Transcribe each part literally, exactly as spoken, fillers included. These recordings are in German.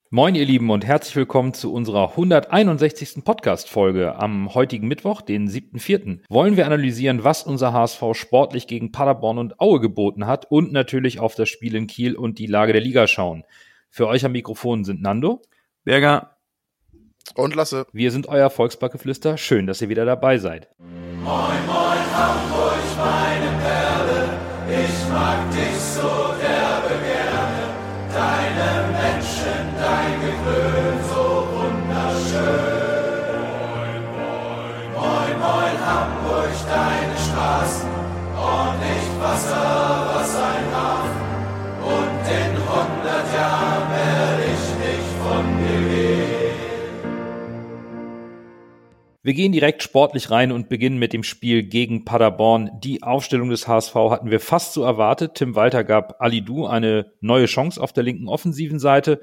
Moin ihr Lieben und herzlich willkommen zu unserer hunderteinundsechzigsten Podcast-Folge. Am heutigen Mittwoch, den siebten vierten wollen wir analysieren, was unser H S V sportlich gegen Paderborn und Aue geboten hat und natürlich auf das Spiel in Kiel und die Lage der Liga schauen. Für euch am Mikrofon sind Nando, Berger und Lasse. Wir sind euer Volksbackgeflüster. Schön, dass ihr wieder dabei seid. Moin, moin, Hamburg, meine Perle, ich mag dich so derbe gerne, deine Menschen, dein Gewöhn so wunderschön. Moin, moin, moin, moin, Hamburg, deine Straßen, ordentlich Wasser, was ein Hafen, und in hundert Jahren werde ich nicht von dir gehen. Wir gehen direkt sportlich rein und beginnen mit dem Spiel gegen Paderborn. Die Aufstellung des H S V hatten wir fast so erwartet. Tim Walter gab Alidou eine neue Chance auf der linken offensiven Seite.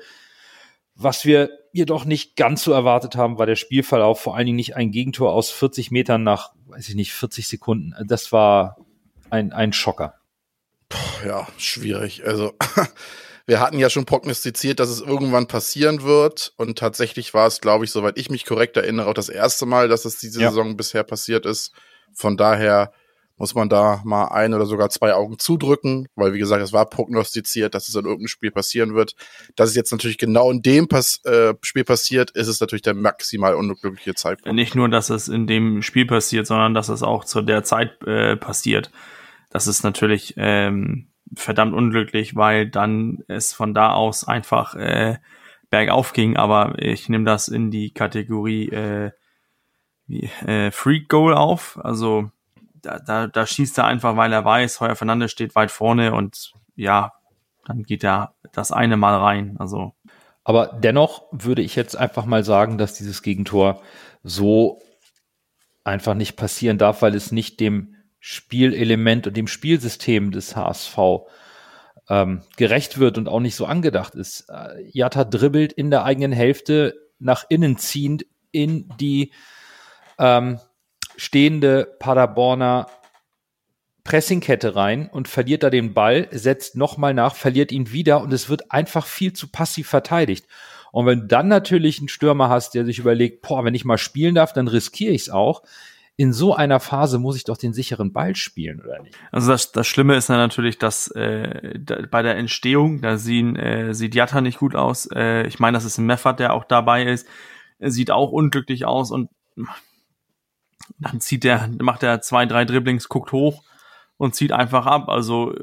Was wir jedoch nicht ganz so erwartet haben, war der Spielverlauf. Vor allen Dingen nicht ein Gegentor aus vierzig Metern nach, weiß ich nicht, vierzig Sekunden. Das war ein, ein Schocker. Puh, ja, schwierig. Also wir hatten ja schon prognostiziert, dass es irgendwann passieren wird. Und tatsächlich war es, glaube ich, soweit ich mich korrekt erinnere, auch das erste Mal, dass es diese ja. Saison bisher passiert ist. Von daher muss man da mal ein oder sogar zwei Augen zudrücken, weil, wie gesagt, es war prognostiziert, dass es in irgendeinem Spiel passieren wird. Dass es jetzt natürlich genau in dem Pass- äh, Spiel passiert, ist es natürlich der maximal unglückliche Zeitpunkt. Nicht nur, dass es in dem Spiel passiert, sondern dass es auch zu der Zeit äh, passiert. Das ist natürlich ähm, verdammt unglücklich, weil dann es von da aus einfach äh, bergauf ging. Aber ich nehme das in die Kategorie äh, wie, äh, Freak Goal auf. Also Da, da, da schießt er einfach, weil er weiß, Heuer Fernandes steht weit vorne und ja, dann geht er das eine Mal rein. Also, aber dennoch würde ich jetzt einfach mal sagen, dass dieses Gegentor so einfach nicht passieren darf, weil es nicht dem Spielelement und dem Spielsystem des H S V ähm, gerecht wird und auch nicht so angedacht ist. Äh, Jatta dribbelt in der eigenen Hälfte nach innen ziehend in die ähm, stehende Paderborner Pressingkette rein und verliert da den Ball, setzt nochmal nach, verliert ihn wieder und es wird einfach viel zu passiv verteidigt. Und wenn du dann natürlich einen Stürmer hast, der sich überlegt, boah, wenn ich mal spielen darf, dann riskiere ich es auch. In so einer Phase muss ich doch den sicheren Ball spielen, oder nicht? Also das, das Schlimme ist dann natürlich, dass äh, da, bei der Entstehung, da sehen, äh, sieht Jatta nicht gut aus. Äh, ich meine, das ist ein Meffert, der auch dabei ist. Er sieht auch unglücklich aus und dann zieht der, macht er zwei, drei Dribblings, guckt hoch und zieht einfach ab. Also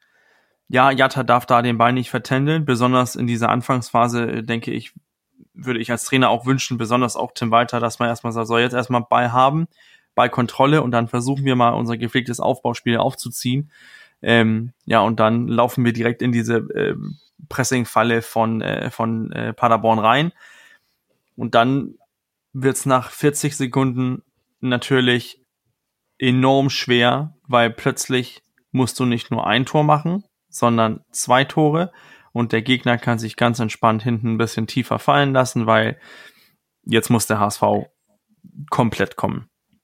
ja, Jatta darf da den Ball nicht vertändeln. Besonders in dieser Anfangsphase, denke ich, würde ich als Trainer auch wünschen, besonders auch Tim Walter, dass man erstmal sagt, soll jetzt erstmal Ball haben, Ballkontrolle und dann versuchen wir mal unser gepflegtes Aufbauspiel aufzuziehen. Ähm, ja, und dann laufen wir direkt in diese äh, Pressing-Falle von, äh, von äh, Paderborn rein. Und dann wird's nach vierzig Sekunden natürlich enorm schwer, weil plötzlich musst du nicht nur ein Tor machen, sondern zwei Tore und der Gegner kann sich ganz entspannt hinten ein bisschen tiefer fallen lassen, weil jetzt muss der H S V komplett kommen.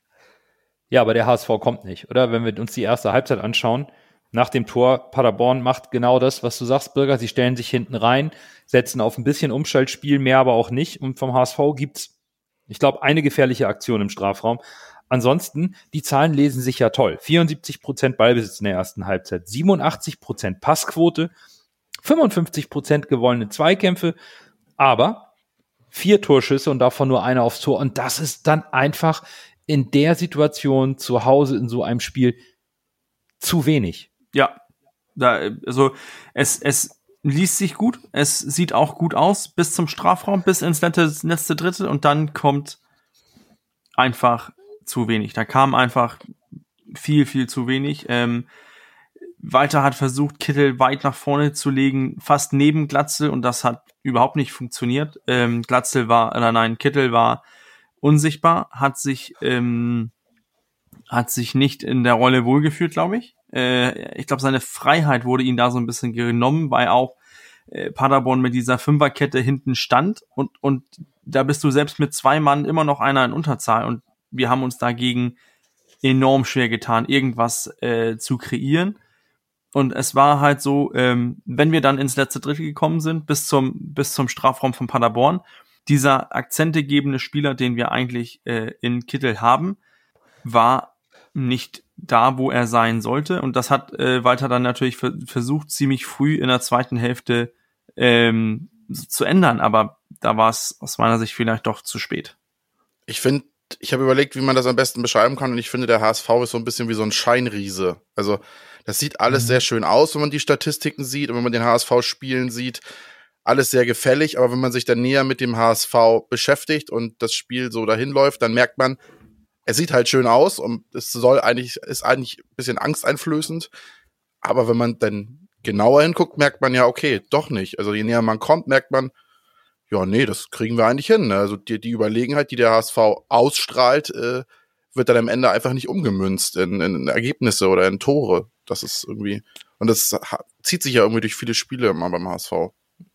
Ja, aber der H S V kommt nicht, oder? Wenn wir uns die erste Halbzeit anschauen, nach dem Tor, Paderborn macht genau das, was du sagst, Birger, sie stellen sich hinten rein, setzen auf ein bisschen Umschaltspiel, mehr aber auch nicht und vom H S V gibt's, ich glaube, eine gefährliche Aktion im Strafraum. Ansonsten, die Zahlen lesen sich ja toll. vierundsiebzig Prozent Ballbesitz in der ersten Halbzeit, siebenundachtzig Prozent Passquote, fünfundfünfzig Prozent gewonnene Zweikämpfe, aber vier Torschüsse und davon nur einer aufs Tor. Und das ist dann einfach in der Situation zu Hause in so einem Spiel zu wenig. Ja, da, also es, es liest sich gut, es sieht auch gut aus bis zum Strafraum, bis ins letzte, letzte Drittel und dann kommt einfach zu wenig. Da kam einfach viel, viel zu wenig. Ähm, Walter hat versucht, Kittel weit nach vorne zu legen, fast neben Glatzel und das hat überhaupt nicht funktioniert. Ähm, Glatzel war, äh, nein, Kittel war unsichtbar, hat sich, ähm, hat sich nicht in der Rolle wohlgefühlt, glaube ich. Äh, ich glaube, seine Freiheit wurde ihm da so ein bisschen genommen, weil auch äh, Paderborn mit dieser Fünferkette hinten stand und, und da bist du selbst mit zwei Mann immer noch einer in Unterzahl und wir haben uns dagegen enorm schwer getan, irgendwas äh, zu kreieren. und es war halt so, ähm, wenn wir dann ins letzte Drittel gekommen sind, bis zum bis zum Strafraum von Paderborn, dieser akzentegebende Spieler, den wir eigentlich äh, in Kittel haben, war nicht da, wo er sein sollte. Und das hat äh, Walter dann natürlich ver- versucht, ziemlich früh in der zweiten Hälfte ähm, zu ändern. Aber da war es aus meiner Sicht vielleicht doch zu spät. Ich finde, ich habe überlegt, wie man das am besten beschreiben kann. Und ich finde, der H S V ist so ein bisschen wie so ein Scheinriese. Also das sieht alles mhm. sehr schön aus, wenn man die Statistiken sieht und wenn man den H S V spielen sieht. Alles sehr gefällig, aber wenn man sich dann näher mit dem H S V beschäftigt und das Spiel so dahin läuft, dann merkt man, es sieht halt schön aus und es soll eigentlich, ist eigentlich ein bisschen angsteinflößend. Aber wenn man dann genauer hinguckt, merkt man ja, okay, doch nicht. Also je näher man kommt, merkt man, ja, nee, das kriegen wir eigentlich hin. Also die, die Überlegenheit, die der H S V ausstrahlt, äh, wird dann am Ende einfach nicht umgemünzt in, in Ergebnisse oder in Tore. Das ist irgendwie, und das ha- zieht sich ja irgendwie durch viele Spiele immer beim H S V.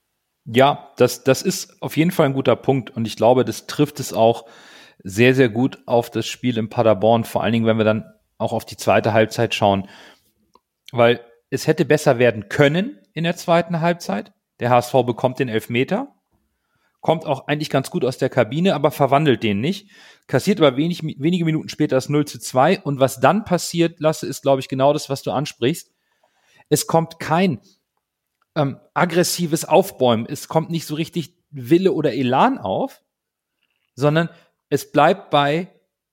Ja, das, das ist auf jeden Fall ein guter Punkt und ich glaube, das trifft es auch sehr, sehr gut auf das Spiel in Paderborn, vor allen Dingen, wenn wir dann auch auf die zweite Halbzeit schauen, weil es hätte besser werden können in der zweiten Halbzeit. Der H S V bekommt den Elfmeter, kommt auch eigentlich ganz gut aus der Kabine, aber verwandelt den nicht, kassiert aber wenig, wenige Minuten später das null zu zwei und was dann passiert, Lasse, ist, glaube ich, genau das, was du ansprichst. Es kommt kein ähm, aggressives Aufbäumen, es kommt nicht so richtig Wille oder Elan auf, sondern es bleibt bei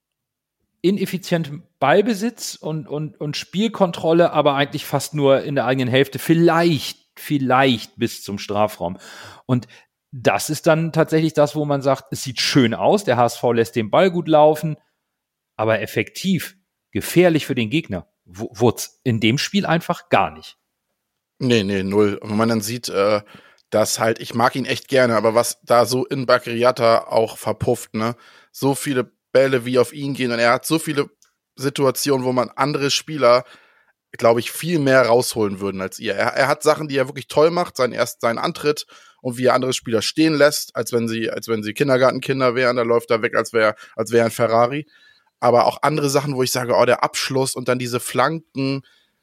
ineffizientem Ballbesitz und, und, und Spielkontrolle, aber eigentlich fast nur in der eigenen Hälfte, vielleicht, vielleicht bis zum Strafraum. Und das ist dann tatsächlich das, wo man sagt, es sieht schön aus, der H S V lässt den Ball gut laufen, aber effektiv, gefährlich für den Gegner, wurde es in dem Spiel einfach gar nicht. Nee, nee, null. Und wenn man dann sieht, äh, dass halt, ich mag ihn echt gerne, aber was da so in Bakriata auch verpufft, ne, so viele Bälle wie auf ihn gehen und er hat so viele Situationen, wo man andere Spieler, glaube ich, viel mehr rausholen würden als ihr. Er, er hat Sachen, die er wirklich toll macht, sein erst seinen Antritt und wie er andere Spieler stehen lässt, als wenn sie, als wenn sie Kindergartenkinder wären, da läuft er weg, als wäre, als wäre ein Ferrari. Aber auch andere Sachen, wo ich sage, oh, der Abschluss und dann diese Flanken,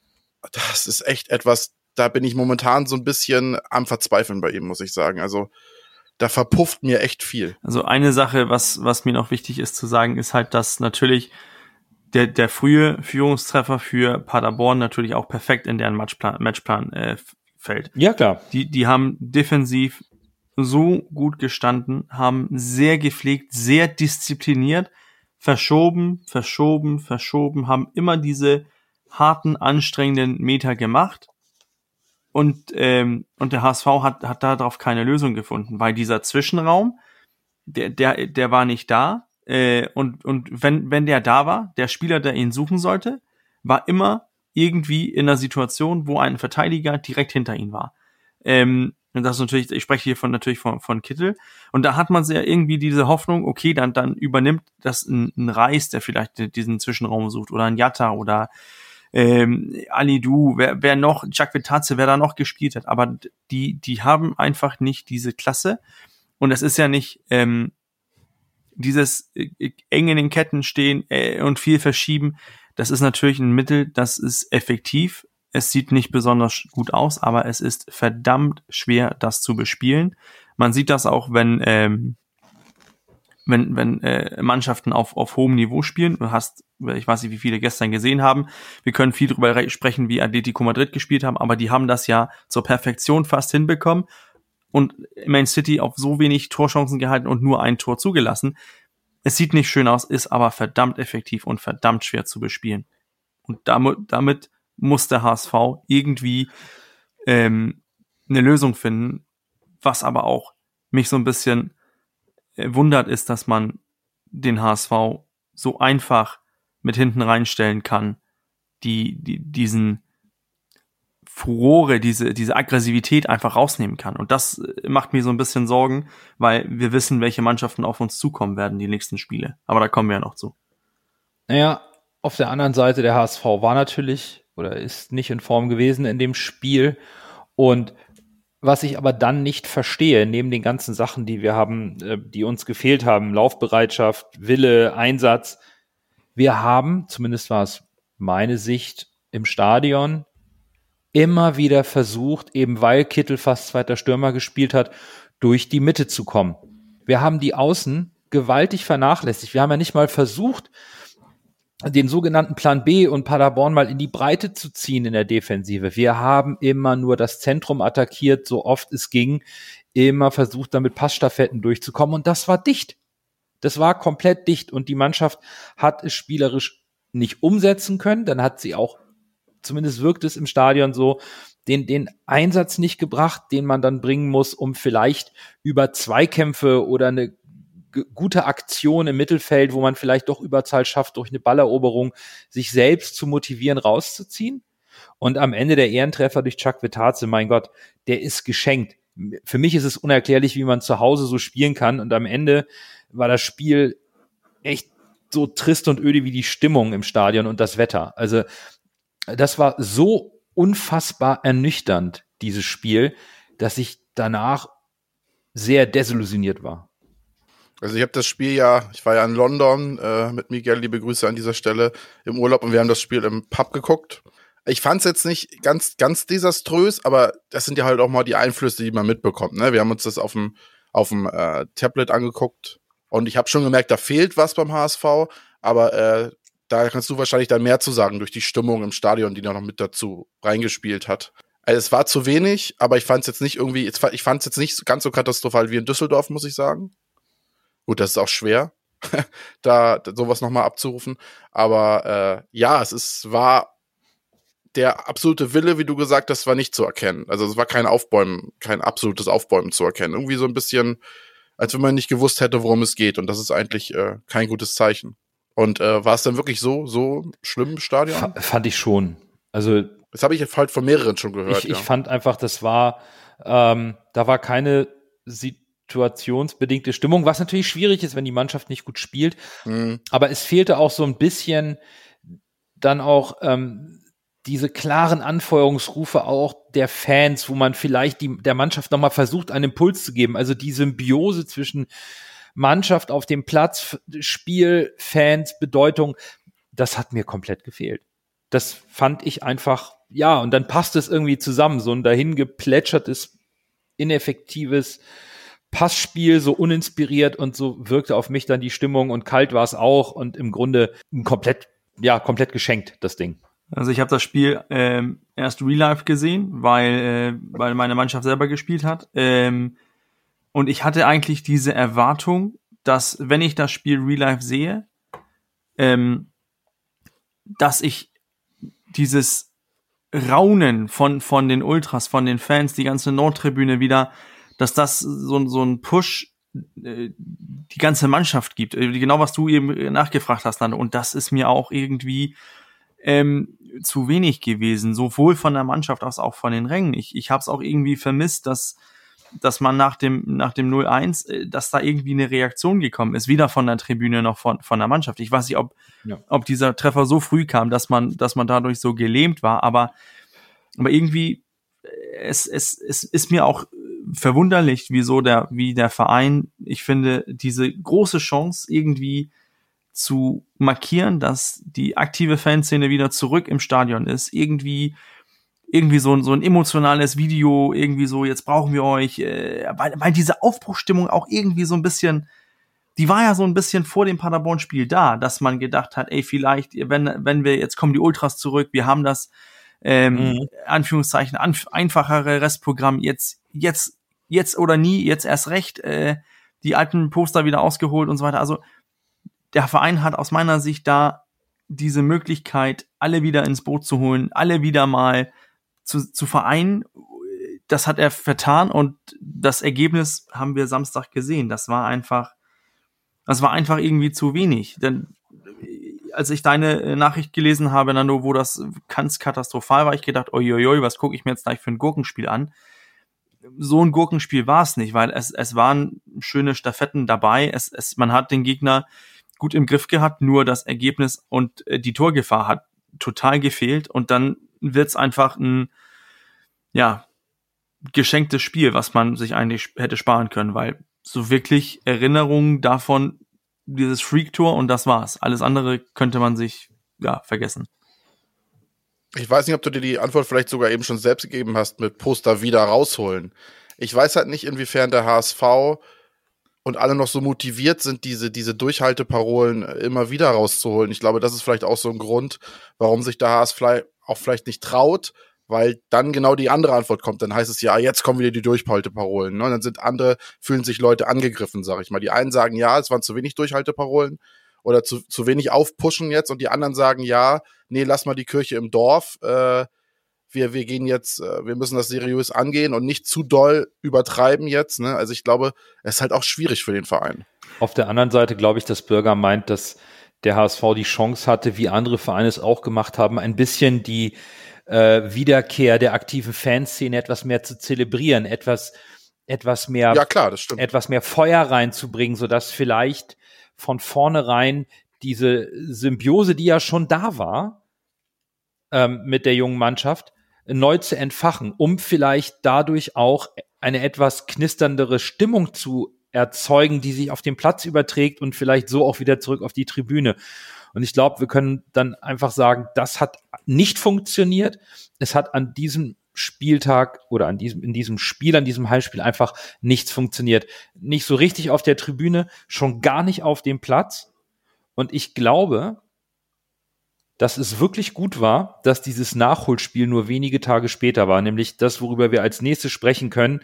das ist echt etwas, da bin ich momentan so ein bisschen am Verzweifeln bei ihm, muss ich sagen. Also da verpufft mir echt viel. Also eine Sache, was was mir noch wichtig ist zu sagen, ist halt, dass natürlich der der frühe Führungstreffer für Paderborn natürlich auch perfekt in deren Matchplan, Matchplan äh, fällt. Ja, klar. Die die haben defensiv so gut gestanden, haben sehr gepflegt, sehr diszipliniert, verschoben, verschoben, verschoben, haben immer diese harten, anstrengenden Meter gemacht. Und, ähm, und der H S V hat, hat darauf keine Lösung gefunden, weil dieser Zwischenraum, der, der, der war nicht da. Äh, und, und wenn, wenn der da war, der Spieler, der ihn suchen sollte, war immer irgendwie in einer Situation, wo ein Verteidiger direkt hinter ihm war. Ähm, und das ist natürlich, ich spreche hier von, natürlich von, von Kittel. Und da hat man sehr irgendwie diese Hoffnung, okay, dann, dann übernimmt das ein, ein Reis, der vielleicht diesen Zwischenraum sucht, oder ein Jatta oder Ähm, Alidou, wer, wer noch, Jacques Vitazze, wer da noch gespielt hat, aber die, die haben einfach nicht diese Klasse und es ist ja nicht ähm, dieses äh, eng in den Ketten stehen äh, und viel verschieben, das ist natürlich ein Mittel, das ist effektiv, es sieht nicht besonders gut aus, aber es ist verdammt schwer, das zu bespielen. Man sieht das auch, wenn ähm, wenn wenn äh, Mannschaften auf auf hohem Niveau spielen. Du hast, ich weiß nicht, wie viele gestern gesehen haben. Wir können viel darüber re- sprechen, wie Atletico Madrid gespielt haben, aber die haben das ja zur Perfektion fast hinbekommen und Man City auf so wenig Torchancen gehalten und nur ein Tor zugelassen. Es sieht nicht schön aus, ist aber verdammt effektiv und verdammt schwer zu bespielen. Und damit, damit muss der H S V irgendwie ähm, eine Lösung finden, was aber auch mich so ein bisschen wundert, ist, dass man den H S V so einfach mit hinten reinstellen kann, die, die diesen Furore, diese, diese Aggressivität einfach rausnehmen kann. Und das macht mir so ein bisschen Sorgen, weil wir wissen, welche Mannschaften auf uns zukommen werden, die nächsten Spiele. Aber da kommen wir ja noch zu. Naja, auf der anderen Seite, der H S V war natürlich oder ist nicht in Form gewesen in dem Spiel. Und was ich aber dann nicht verstehe, neben den ganzen Sachen, die wir haben, die uns gefehlt haben, Laufbereitschaft, Wille, Einsatz, wir haben, zumindest war es meine Sicht im Stadion, immer wieder versucht, eben weil Kittel fast zweiter Stürmer gespielt hat, durch die Mitte zu kommen. Wir haben die Außen gewaltig vernachlässigt. Wir haben ja nicht mal versucht, den sogenannten Plan B und Paderborn mal in die Breite zu ziehen in der Defensive. Wir haben immer nur das Zentrum attackiert, so oft es ging, immer versucht, damit Passstaffetten durchzukommen und das war dicht. Das war komplett dicht und die Mannschaft hat es spielerisch nicht umsetzen können. Dann hat sie auch, zumindest wirkt es im Stadion so, den, den Einsatz nicht gebracht, den man dann bringen muss, um vielleicht über Zweikämpfe oder eine g- gute Aktion im Mittelfeld, wo man vielleicht doch Überzahl schafft, durch eine Balleroberung, sich selbst zu motivieren, rauszuziehen. Und am Ende der Ehrentreffer durch Chuck Vetaze, mein Gott, der ist geschenkt. Für mich ist es unerklärlich, wie man zu Hause so spielen kann. Und am Ende war das Spiel echt so trist und öde wie die Stimmung im Stadion und das Wetter. Also das war so unfassbar ernüchternd, dieses Spiel, dass ich danach sehr desillusioniert war. Also ich habe das Spiel ja, ich war ja in London äh, mit Miguel, liebe Grüße an dieser Stelle, im Urlaub und wir haben das Spiel im Pub geguckt. Ich fand es jetzt nicht ganz ganz desaströs, aber das sind ja halt auch mal die Einflüsse, die man mitbekommt. Ne? Wir haben uns das auf dem auf dem äh, Tablet angeguckt und ich habe schon gemerkt, da fehlt was beim H S V, aber äh, da kannst du wahrscheinlich dann mehr zu sagen durch die Stimmung im Stadion, die da noch mit dazu reingespielt hat. Also es war zu wenig, aber ich fand es jetzt nicht irgendwie, ich fand es jetzt nicht ganz so katastrophal wie in Düsseldorf, muss ich sagen. Gut, das ist auch schwer, da sowas nochmal abzurufen. Aber äh, ja, es ist, war der absolute Wille, wie du gesagt hast, war nicht zu erkennen. Also es war kein Aufbäumen, kein absolutes Aufbäumen zu erkennen. Irgendwie so ein bisschen, als wenn man nicht gewusst hätte, worum es geht. Und das ist eigentlich äh, kein gutes Zeichen. Und äh, war es dann wirklich so, so schlimm im Stadion? F- fand ich schon. Also das habe ich halt von mehreren schon gehört. Ich, ja. ich fand einfach, das war, ähm, da war keine situationsbedingte Stimmung, was natürlich schwierig ist, wenn die Mannschaft nicht gut spielt. Mhm. Aber es fehlte auch so ein bisschen dann auch ähm, diese klaren Anfeuerungsrufe auch der Fans, wo man vielleicht die, der Mannschaft nochmal versucht, einen Impuls zu geben. Also die Symbiose zwischen Mannschaft auf dem Platz, Spiel, Fans, Bedeutung, das hat mir komplett gefehlt. Das fand ich einfach, ja, und dann passt es irgendwie zusammen, so ein dahin geplätschertes, ineffektives Passspiel, so uninspiriert und so wirkte auf mich dann die Stimmung und kalt war es auch und im Grunde komplett, ja, komplett geschenkt, das Ding. Also ich habe das Spiel ähm, erst Real Life gesehen, weil äh, weil meine Mannschaft selber gespielt hat. Ähm, und ich hatte eigentlich diese Erwartung, dass wenn ich das Spiel Real Life sehe, ähm, dass ich dieses Raunen von von den Ultras, von den Fans, die ganze Nordtribüne wieder, dass das so so ein Push äh, die ganze Mannschaft gibt. Genau was du eben nachgefragt hast, Nando. Und das ist mir auch irgendwie ähm, zu wenig gewesen, sowohl von der Mannschaft als auch von den Rängen. Ich ich habe es auch irgendwie vermisst, dass dass man nach dem nach dem null eins, äh, dass da irgendwie eine Reaktion gekommen ist, weder von der Tribüne noch von von der Mannschaft. Ich weiß nicht, ob ja. ob dieser Treffer so früh kam, dass man dass man dadurch so gelähmt war, aber aber irgendwie es es es ist mir auch verwunderlich, wieso der wie der Verein, ich finde, diese große Chance irgendwie zu markieren, dass die aktive Fanszene wieder zurück im Stadion ist, irgendwie irgendwie so ein, so ein emotionales Video, irgendwie so, jetzt brauchen wir euch, äh, weil, weil diese Aufbruchstimmung auch irgendwie so ein bisschen, die war ja so ein bisschen vor dem Paderborn-Spiel da, dass man gedacht hat, ey, vielleicht, wenn wenn wir, jetzt kommen die Ultras zurück, wir haben das, ähm, mhm. Anführungszeichen, anf- einfachere Restprogramm, jetzt, jetzt, jetzt oder nie, jetzt erst recht, äh, die alten Poster wieder ausgeholt und so weiter. Also der Verein hat aus meiner Sicht da diese Möglichkeit, alle wieder ins Boot zu holen, alle wieder mal zu, zu vereinen. Das hat er vertan und das Ergebnis haben wir Samstag gesehen. Das war einfach, das war einfach irgendwie zu wenig. Denn als ich deine Nachricht gelesen habe, Nando, wo das ganz katastrophal war, ich gedacht, oi, was gucke ich mir jetzt gleich für ein Gurkenspiel an? So ein Gurkenspiel war es nicht, weil es, es waren schöne Staffetten dabei. Es, es, man hat den Gegner gut im Griff gehabt, nur das Ergebnis und die Torgefahr hat total gefehlt und dann wird's einfach ein, ja, geschenktes Spiel, was man sich eigentlich hätte sparen können, weil so wirklich Erinnerungen davon, dieses Freak-Tor und das war's. Alles andere könnte man sich, ja, vergessen. Ich weiß nicht, ob du dir die Antwort vielleicht sogar eben schon selbst gegeben hast mit Poster wieder rausholen. Ich weiß halt nicht, inwiefern der H S V und alle noch so motiviert sind, diese, diese Durchhalteparolen immer wieder rauszuholen. Ich glaube, das ist vielleicht auch so ein Grund, warum sich der H S V auch vielleicht nicht traut, weil dann genau die andere Antwort kommt. Dann heißt es ja, jetzt kommen wieder die Durchhalteparolen. Ne? Und dann sind andere, fühlen sich Leute angegriffen, sag ich mal. Die einen sagen, ja, es waren zu wenig Durchhalteparolen oder zu, zu wenig aufpushen jetzt, und die anderen sagen, ja, nee, lass mal die Kirche im Dorf, äh, wir, wir gehen jetzt, äh, wir müssen das seriös angehen und nicht zu doll übertreiben jetzt, ne? Also ich glaube, es ist halt auch schwierig für den Verein. Auf der anderen Seite glaube ich, dass Bürger meint, dass der H S V die Chance hatte, wie andere Vereine es auch gemacht haben, ein bisschen die äh, Wiederkehr der aktiven Fanszene etwas mehr zu zelebrieren, etwas, etwas mehr, ja klar, das stimmt, etwas mehr Feuer reinzubringen, sodass vielleicht von vornherein diese Symbiose, die ja schon da war, ähm, mit der jungen Mannschaft, neu zu entfachen, um vielleicht dadurch auch eine etwas knisterndere Stimmung zu erzeugen, die sich auf den Platz überträgt und vielleicht so auch wieder zurück auf die Tribüne. Und ich glaube, wir können dann einfach sagen, das hat nicht funktioniert. Es hat an diesem Spieltag oder an diesem, in diesem Spiel, an diesem Heimspiel einfach nichts funktioniert. Nicht so richtig auf der Tribüne, schon gar nicht auf dem Platz. Und ich glaube, dass es wirklich gut war, dass dieses Nachholspiel nur wenige Tage später war, nämlich das, worüber wir als nächstes sprechen können,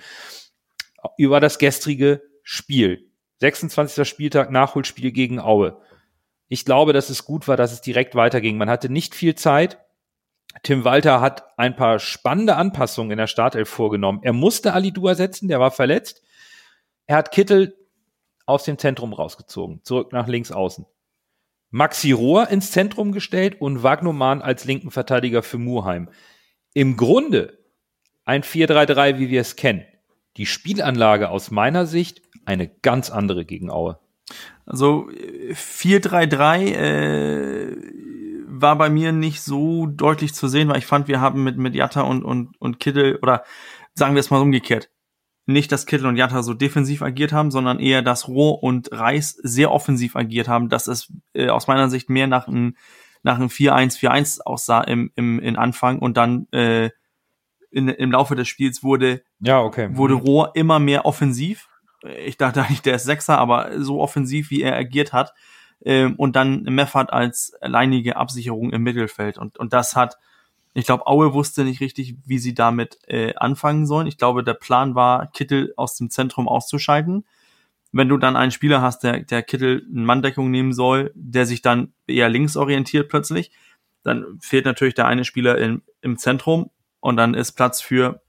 über das gestrige Spiel. sechsundzwanzigster Spieltag, Nachholspiel gegen Aue. Ich glaube, dass es gut war, dass es direkt weiterging. Man hatte nicht viel Zeit. Tim Walter hat ein paar spannende Anpassungen in der Startelf vorgenommen. Er musste Ali Dua setzen, der war verletzt. Er hat Kittel aus dem Zentrum rausgezogen, zurück nach links außen. Maxi Rohr ins Zentrum gestellt und Wagnoman als linken Verteidiger für Muheim. Im Grunde ein vier drei drei, wie wir es kennen. Die Spielanlage aus meiner Sicht eine ganz andere gegen Aue. Also vier drei drei äh, war bei mir nicht so deutlich zu sehen, weil ich fand, wir haben mit mit Jatta und und und Kittel, oder sagen wir es mal umgekehrt, nicht, dass Kittel und Jatta so defensiv agiert haben, sondern eher, dass Rohr und Reis sehr offensiv agiert haben, dass es äh, aus meiner Sicht mehr nach einem nach einem vier eins vier eins aussah im im in Anfang, und dann äh, in, im Laufe des Spiels wurde ja okay wurde Rohr immer mehr offensiv. Ich dachte eigentlich, der ist Sechser, aber so offensiv, wie er agiert hat. Ähm, und dann Meffert als alleinige Absicherung im Mittelfeld. Und, und das hat, ich glaube, Aue wusste nicht richtig, wie sie damit äh, anfangen sollen. Ich glaube, der Plan war, Kittel aus dem Zentrum auszuschalten. Wenn du dann einen Spieler hast, der, der Kittel eine Manndeckung nehmen soll, der sich dann eher links orientiert plötzlich, dann fehlt natürlich der eine Spieler im, im Zentrum, und dann ist Platz für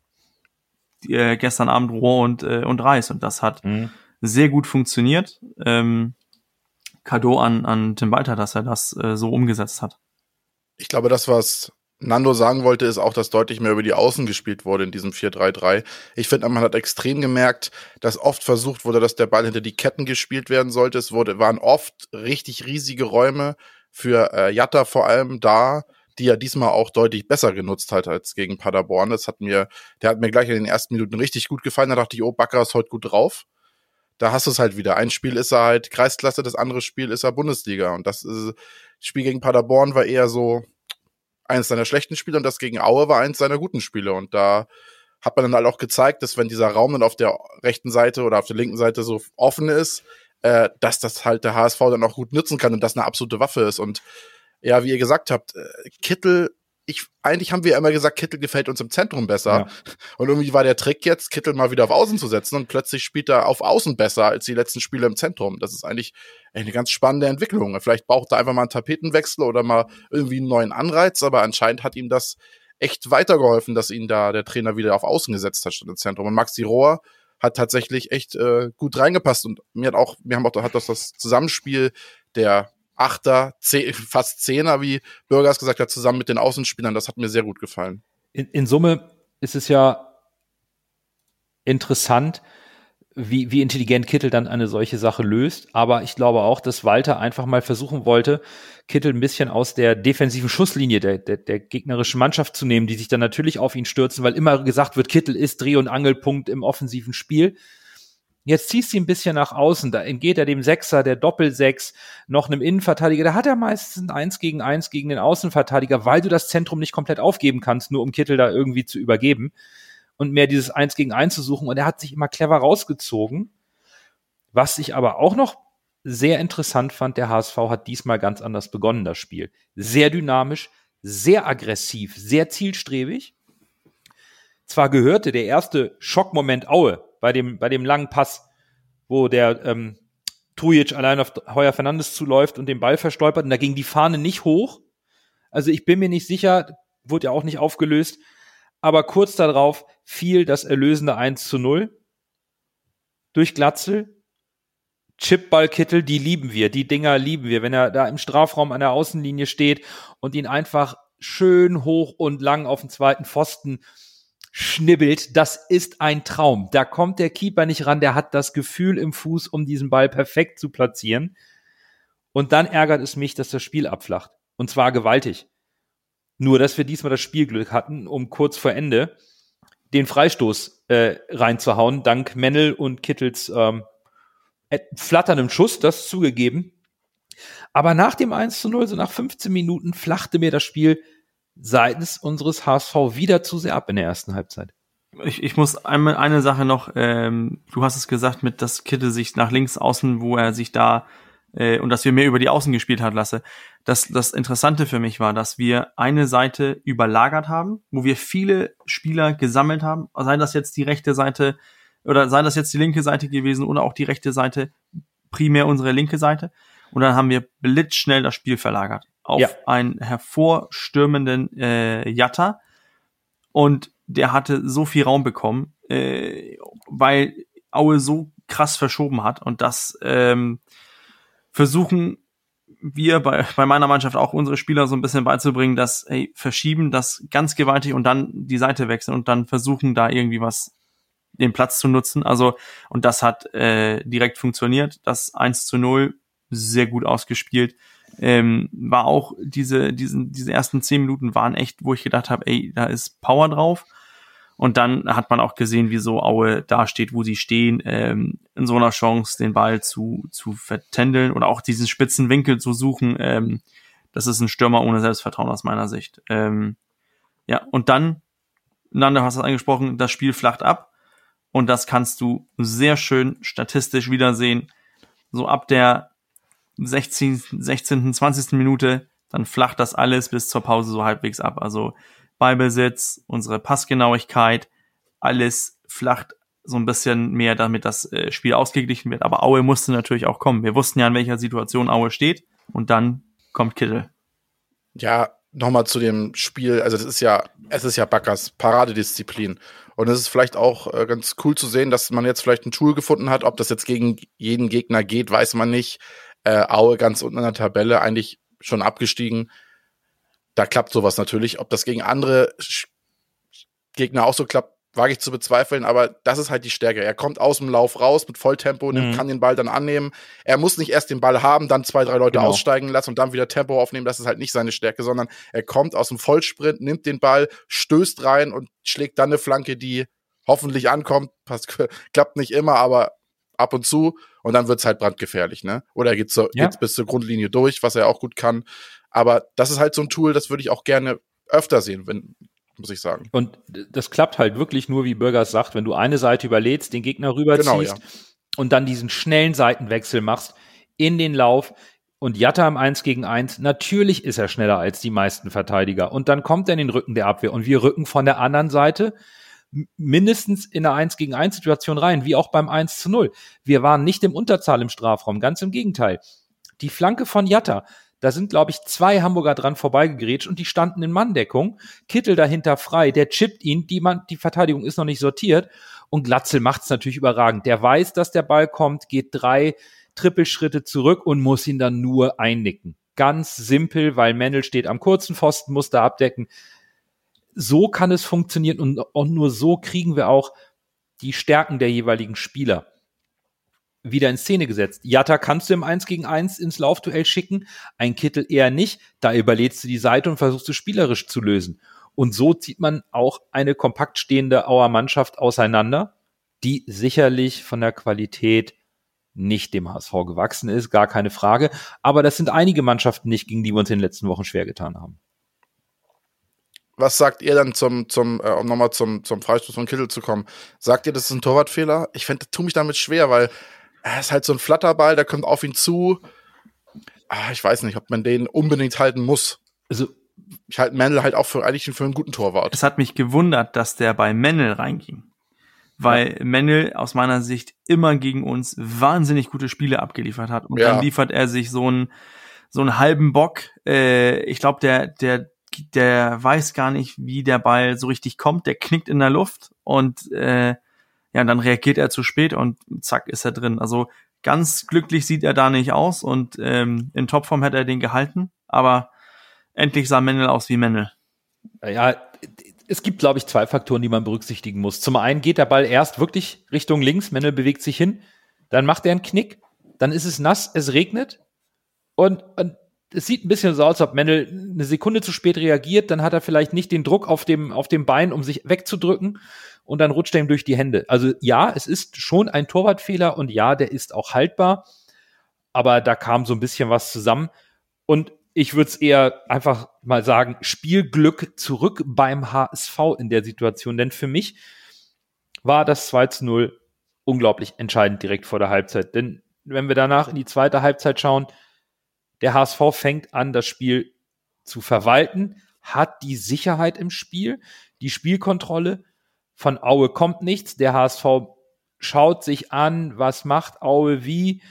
Äh, gestern Abend Rohr und, äh, und Reis, und das hat mhm. sehr gut funktioniert. Ähm, Cadeau an, an Tim Walter, dass er das äh, so umgesetzt hat. Ich glaube, das, was Nando sagen wollte, ist auch, dass deutlich mehr über die Außen gespielt wurde in diesem vier drei drei. Ich finde, man hat extrem gemerkt, dass oft versucht wurde, dass der Ball hinter die Ketten gespielt werden sollte. Es wurde, waren oft richtig riesige Räume für äh, Jatta vor allem da, die er diesmal auch deutlich besser genutzt hat als gegen Paderborn. Das hat mir, der hat mir gleich in den ersten Minuten richtig gut gefallen. Da dachte ich, oh, Bakker ist heute gut drauf. Da hast du es halt wieder. Ein Spiel ist er halt Kreisklasse, das andere Spiel ist er Bundesliga. Und das ist, das Spiel gegen Paderborn war eher so eines seiner schlechten Spiele, und das gegen Aue war eines seiner guten Spiele. Und da hat man dann halt auch gezeigt, dass wenn dieser Raum dann auf der rechten Seite oder auf der linken Seite so offen ist, äh, dass das halt der H S V dann auch gut nutzen kann und das eine absolute Waffe ist. Und ja, wie ihr gesagt habt, Kittel, ich, eigentlich haben wir immer gesagt, Kittel gefällt uns im Zentrum besser. Ja. Und irgendwie war der Trick jetzt, Kittel mal wieder auf Außen zu setzen, und plötzlich spielt er auf Außen besser als die letzten Spiele im Zentrum. Das ist eigentlich eine ganz spannende Entwicklung. Vielleicht braucht er einfach mal einen Tapetenwechsel oder mal irgendwie einen neuen Anreiz, aber anscheinend hat ihm das echt weitergeholfen, dass ihn da der Trainer wieder auf Außen gesetzt hat statt im Zentrum. Und Maxi Rohr hat tatsächlich echt äh, gut reingepasst, und mir hat auch, mir haben auch hat das, das Zusammenspiel der Achter, Zeh, fast Zehner, wie Bürgers gesagt hat, zusammen mit den Außenspielern, das hat mir sehr gut gefallen. In, in Summe ist es ja interessant, wie, wie intelligent Kittel dann eine solche Sache löst, aber ich glaube auch, dass Walter einfach mal versuchen wollte, Kittel ein bisschen aus der defensiven Schusslinie der, der, der gegnerischen Mannschaft zu nehmen, die sich dann natürlich auf ihn stürzen, weil immer gesagt wird, Kittel ist Dreh- und Angelpunkt im offensiven Spiel. Jetzt ziehst du ihn ein bisschen nach außen, da entgeht er dem Sechser, der Doppelsechs, noch einem Innenverteidiger, da hat er meistens ein Eins gegen Eins gegen den Außenverteidiger, weil du das Zentrum nicht komplett aufgeben kannst, nur um Kittel da irgendwie zu übergeben und mehr dieses Eins gegen Eins zu suchen, und er hat sich immer clever rausgezogen. Was ich aber auch noch sehr interessant fand, der H S V hat diesmal ganz anders begonnen, das Spiel. Sehr dynamisch, sehr aggressiv, sehr zielstrebig. Zwar gehörte der erste Schockmoment Aue bei dem, bei dem langen Pass, wo der ähm, Trujic allein auf Heuer Fernandes zuläuft und den Ball verstolpert, und da ging die Fahne nicht hoch. Also ich bin mir nicht sicher, wurde ja auch nicht aufgelöst, aber kurz darauf fiel das erlösende eins zu null durch Glatzel. Chipball Kittel, die lieben wir, die Dinger lieben wir, wenn er da im Strafraum an der Außenlinie steht und ihn einfach schön hoch und lang auf den zweiten Pfosten schnibbelt, das ist ein Traum. Da kommt der Keeper nicht ran, der hat das Gefühl im Fuß, um diesen Ball perfekt zu platzieren. Und dann ärgert es mich, dass das Spiel abflacht. Und zwar gewaltig. Nur, dass wir diesmal das Spielglück hatten, um kurz vor Ende den Freistoß äh, reinzuhauen, dank Mennel und Kittels ähm, flatterndem Schuss, das zugegeben. Aber nach dem eins zu null, so nach fünfzehn Minuten, flachte mir das Spiel seitens unseres H S V wieder zu sehr ab in der ersten Halbzeit. Ich, ich muss einmal eine Sache noch, ähm, du hast es gesagt, mit dass Kittel sich nach links außen, wo er sich da äh, und dass wir mehr über die Außen gespielt hat lasse. Das, das Interessante für mich war, dass wir eine Seite überlagert haben, wo wir viele Spieler gesammelt haben, sei das jetzt die rechte Seite oder sei das jetzt die linke Seite gewesen oder auch die rechte Seite, primär unsere linke Seite. Und dann haben wir blitzschnell das Spiel verlagert auf ja. einen hervorstürmenden äh, Jatta. Und der hatte so viel Raum bekommen, äh, weil Aue so krass verschoben hat. Und das ähm, versuchen wir bei, bei meiner Mannschaft auch unsere Spieler so ein bisschen beizubringen, dass hey, verschieben das ganz gewaltig und dann die Seite wechseln und dann versuchen da irgendwie was, den Platz zu nutzen. Also, und das hat äh, direkt funktioniert. Das eins zu null sehr gut ausgespielt. Ähm, war auch diese, diesen, diese ersten zehn Minuten waren echt, wo ich gedacht habe, ey, da ist Power drauf. Und dann hat man auch gesehen, wieso Aue da steht, wo sie stehen, ähm, in so einer Chance den Ball zu, zu vertändeln oder auch diesen spitzen Winkel zu suchen. Ähm, das ist ein Stürmer ohne Selbstvertrauen aus meiner Sicht. Ähm, ja, und dann, Nando, hast du angesprochen, das Spiel flacht ab. Und das kannst du sehr schön statistisch wiedersehen. So ab der sechzehnten, sechzehnten, zwanzigsten Minute, dann flacht das alles bis zur Pause so halbwegs ab. Also Ballbesitz, unsere Passgenauigkeit, alles flacht so ein bisschen mehr, damit das Spiel ausgeglichen wird. Aber Aue musste natürlich auch kommen. Wir wussten ja, in welcher Situation Aue steht. Und dann kommt Kittel. Ja, nochmal zu dem Spiel. Also das ist ja, es ist ja Backers Paradedisziplin. Und es ist vielleicht auch äh, ganz cool zu sehen, dass man jetzt vielleicht ein Tool gefunden hat. Ob das jetzt gegen jeden Gegner geht, weiß man nicht. Äh, Aue ganz unten in der Tabelle, eigentlich schon abgestiegen. Da klappt sowas natürlich. Ob das gegen andere Sch- Gegner auch so klappt, wage ich zu bezweifeln. Aber das ist halt die Stärke. Er kommt aus dem Lauf raus mit Volltempo, nimmt, mhm. kann den Ball dann annehmen. Er muss nicht erst den Ball haben, dann zwei, drei Leute genau. aussteigen lassen und dann wieder Tempo aufnehmen. Das ist halt nicht seine Stärke, sondern er kommt aus dem Vollsprint, nimmt den Ball, stößt rein und schlägt dann eine Flanke, die hoffentlich ankommt. Passt, klappt nicht immer, aber ab und zu. Und dann wird's halt brandgefährlich, ne? Oder er geht so, ja. geht's bis zur Grundlinie durch, was er auch gut kann. Aber das ist halt so ein Tool, das würde ich auch gerne öfter sehen, wenn, muss ich sagen. Und das klappt halt wirklich nur, wie Bürgers sagt, wenn du eine Seite überlädst, den Gegner rüberziehst genau, ja. und dann diesen schnellen Seitenwechsel machst in den Lauf. Und Jatta im eins gegen eins, natürlich ist er schneller als die meisten Verteidiger. Und dann kommt er in den Rücken der Abwehr. Und wir rücken von der anderen Seite mindestens in eine eins gegen eins Situation rein, wie auch beim eins zu null. Wir waren nicht im Unterzahl im Strafraum, ganz im Gegenteil. Die Flanke von Jatta, da sind, glaube ich, zwei Hamburger dran vorbeigegrätscht und die standen in Manndeckung. Kittel dahinter frei, der chippt ihn, die, Mann, die Verteidigung ist noch nicht sortiert und Glatzel macht's natürlich überragend. Der weiß, dass der Ball kommt, geht drei Trippelschritte zurück und muss ihn dann nur einnicken. Ganz simpel, weil Mennel steht am kurzen Pfosten, muss da abdecken. So kann es funktionieren und, und nur so kriegen wir auch die Stärken der jeweiligen Spieler wieder in Szene gesetzt. Jatta kannst du im eins gegen eins ins Laufduell schicken, ein Kittel eher nicht. Da überlädst du die Seite und versuchst du spielerisch zu lösen. Und so zieht man auch eine kompakt stehende Auer Mannschaft auseinander. die sicherlich von der Qualität nicht dem H S V gewachsen ist, gar keine Frage. Aber das sind einige Mannschaften nicht, gegen die wir uns in den letzten Wochen schwer getan haben. Was sagt ihr dann zum, zum, äh, um nochmal zum, zum Freistoß von Kittel zu kommen? Sagt ihr, das ist ein Torwartfehler? Ich finde, tue mich damit schwer, weil er ist halt so ein Flatterball, der kommt auf ihn zu. Ah, ich weiß nicht, ob man den unbedingt halten muss. Also, ich halte Mendel halt auch für eigentlich für einen guten Torwart. Es hat mich gewundert, dass der bei Mendel reinging. Weil ja. Mendel aus meiner Sicht immer gegen uns wahnsinnig gute Spiele abgeliefert hat. Und ja. dann liefert er sich so einen, so einen halben Bock. Äh, ich glaube, der, der, der weiß gar nicht, wie der Ball so richtig kommt. Der knickt in der Luft und äh, ja, dann reagiert er zu spät und zack, ist er drin. Also ganz glücklich sieht er da nicht aus und ähm, in Topform hätte er den gehalten. Aber endlich sah Mendel aus wie Mendel. Ja, es gibt, glaube ich, zwei Faktoren, die man berücksichtigen muss. Zum einen geht der Ball erst wirklich Richtung links, Mendel bewegt sich hin, dann macht er einen Knick, dann ist es nass, es regnet und, und es sieht ein bisschen so aus, als ob Mendel eine Sekunde zu spät reagiert, dann hat er vielleicht nicht den Druck auf dem, auf dem Bein, um sich wegzudrücken und dann rutscht er ihm durch die Hände. Also ja, es ist schon ein Torwartfehler und ja, der ist auch haltbar, aber da kam so ein bisschen was zusammen und ich würde es eher einfach mal sagen, Spielglück zurück beim H S V in der Situation. Denn für mich war das zwei zu null unglaublich entscheidend direkt vor der Halbzeit. Denn wenn wir danach in die zweite Halbzeit schauen, der H S V fängt an, das Spiel zu verwalten, hat die Sicherheit im Spiel, die Spielkontrolle. Von Aue kommt nichts. Der H S V schaut sich an, was macht Aue wie.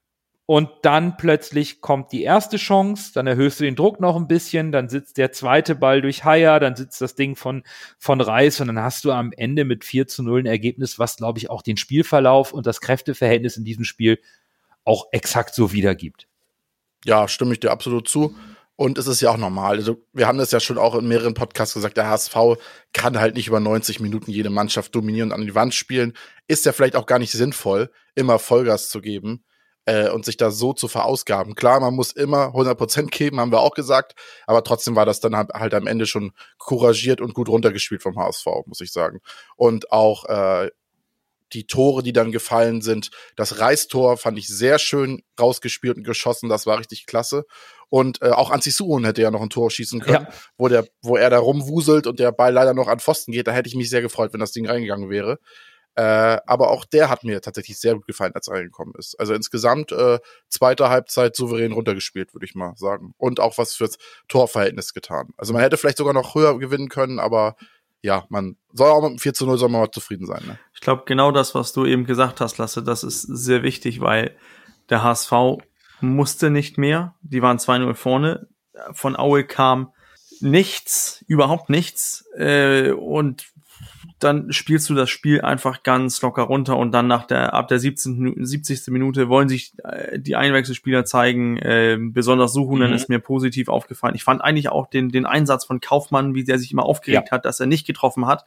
Und dann plötzlich kommt die erste Chance, dann erhöhst du den Druck noch ein bisschen, dann sitzt der zweite Ball durch Haier, dann sitzt das Ding von, von Reis und dann hast du am Ende mit vier zu null ein Ergebnis, was, glaube ich, auch den Spielverlauf und das Kräfteverhältnis in diesem Spiel auch exakt so wiedergibt. Ja, stimme ich dir absolut zu. Und es ist ja auch normal. Also, wir haben das ja schon auch in mehreren Podcasts gesagt, der H S V kann halt nicht über neunzig Minuten jede Mannschaft dominieren und an die Wand spielen. Ist ja vielleicht auch gar nicht sinnvoll, immer Vollgas zu geben. Und sich da so zu verausgaben. Klar, man muss immer hundert Prozent geben, haben wir auch gesagt, aber trotzdem war das dann halt am Ende schon couragiert und gut runtergespielt vom H S V, muss ich sagen. Und auch äh, die Tore, die dann gefallen sind, das Reistor fand ich sehr schön rausgespielt und geschossen, das war richtig klasse. Und äh, auch Anzi Suhun hätte ja noch ein Tor schießen können, ja. wo der, wo er da rumwuselt und der Ball leider noch an Pfosten geht, da hätte ich mich sehr gefreut, wenn das Ding reingegangen wäre. Äh, aber auch der hat mir tatsächlich sehr gut gefallen, als er reingekommen ist. Also insgesamt äh, zweite Halbzeit souverän runtergespielt, würde ich mal sagen. Und auch was fürs Torverhältnis getan. Also man hätte vielleicht sogar noch höher gewinnen können, aber ja, man soll auch mit dem vier zu null soll man mal zufrieden sein. Ne? Ich glaube, genau das, was du eben gesagt hast, Lasse, das ist sehr wichtig, weil der H S V musste nicht mehr. Die waren zwei null vorne. Von Aue kam nichts, überhaupt nichts. Äh, und dann spielst du das Spiel einfach ganz locker runter und dann nach der ab der siebzehnten siebzigsten Minute wollen sich äh, die Einwechselspieler zeigen. Äh, besonders Suhunen mhm. ist mir positiv aufgefallen. Ich fand eigentlich auch den den Einsatz von Kaufmann, wie der sich immer aufgeregt ja. hat, dass er nicht getroffen hat.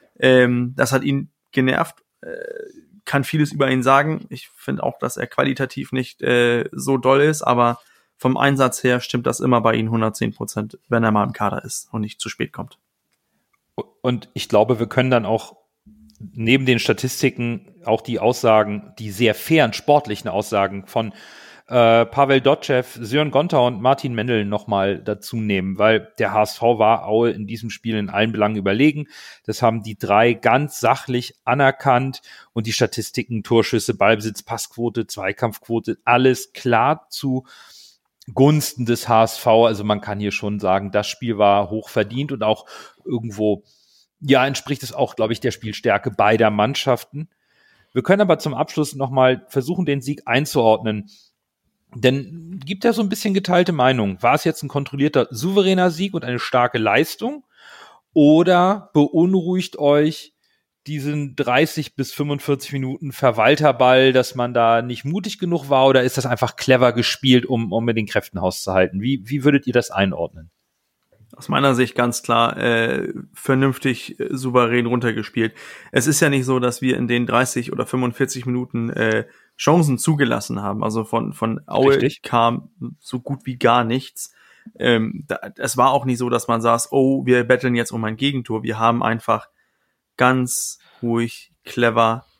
Ähm, das hat ihn genervt. Äh, kann vieles über ihn sagen. Ich finde auch, dass er qualitativ nicht äh, so doll ist, aber vom Einsatz her stimmt das immer bei ihm hundertzehn Prozent, wenn er mal im Kader ist und nicht zu spät kommt. Und ich glaube, wir können dann auch neben den Statistiken auch die Aussagen, die sehr fairen sportlichen Aussagen von äh, Pavel Dotschew, Sören Gonta und Martin Mendel nochmal dazu nehmen, weil der H S V war Aue in diesem Spiel in allen Belangen überlegen. Das haben die drei ganz sachlich anerkannt und die Statistiken, Torschüsse, Ballbesitz, Passquote, Zweikampfquote, alles klar zu Gunsten des H S V, also man kann hier schon sagen, das Spiel war hoch verdient und auch irgendwo, ja, entspricht es auch, glaube ich, der Spielstärke beider Mannschaften. Wir können aber zum Abschluss nochmal versuchen, den Sieg einzuordnen, denn gibt ja so ein bisschen geteilte Meinung. War es jetzt ein kontrollierter, souveräner Sieg und eine starke Leistung oder beunruhigt euch diesen dreißig bis fünfundvierzig Minuten Verwalterball, dass man da nicht mutig genug war, oder ist das einfach clever gespielt, um, um mit den Kräften Haus zu halten? Wie, wie würdet ihr das einordnen? Aus meiner Sicht ganz klar äh, vernünftig, äh, souverän runtergespielt. Es ist ja nicht so, dass wir in den dreißig oder fünfundvierzig Minuten äh, Chancen zugelassen haben. Also von, von Aue Richtig. kam so gut wie gar nichts. Ähm, da, es war auch nicht so, dass man saß, oh, wir betteln jetzt um ein Gegentor. Wir haben einfach ganz ruhig, clever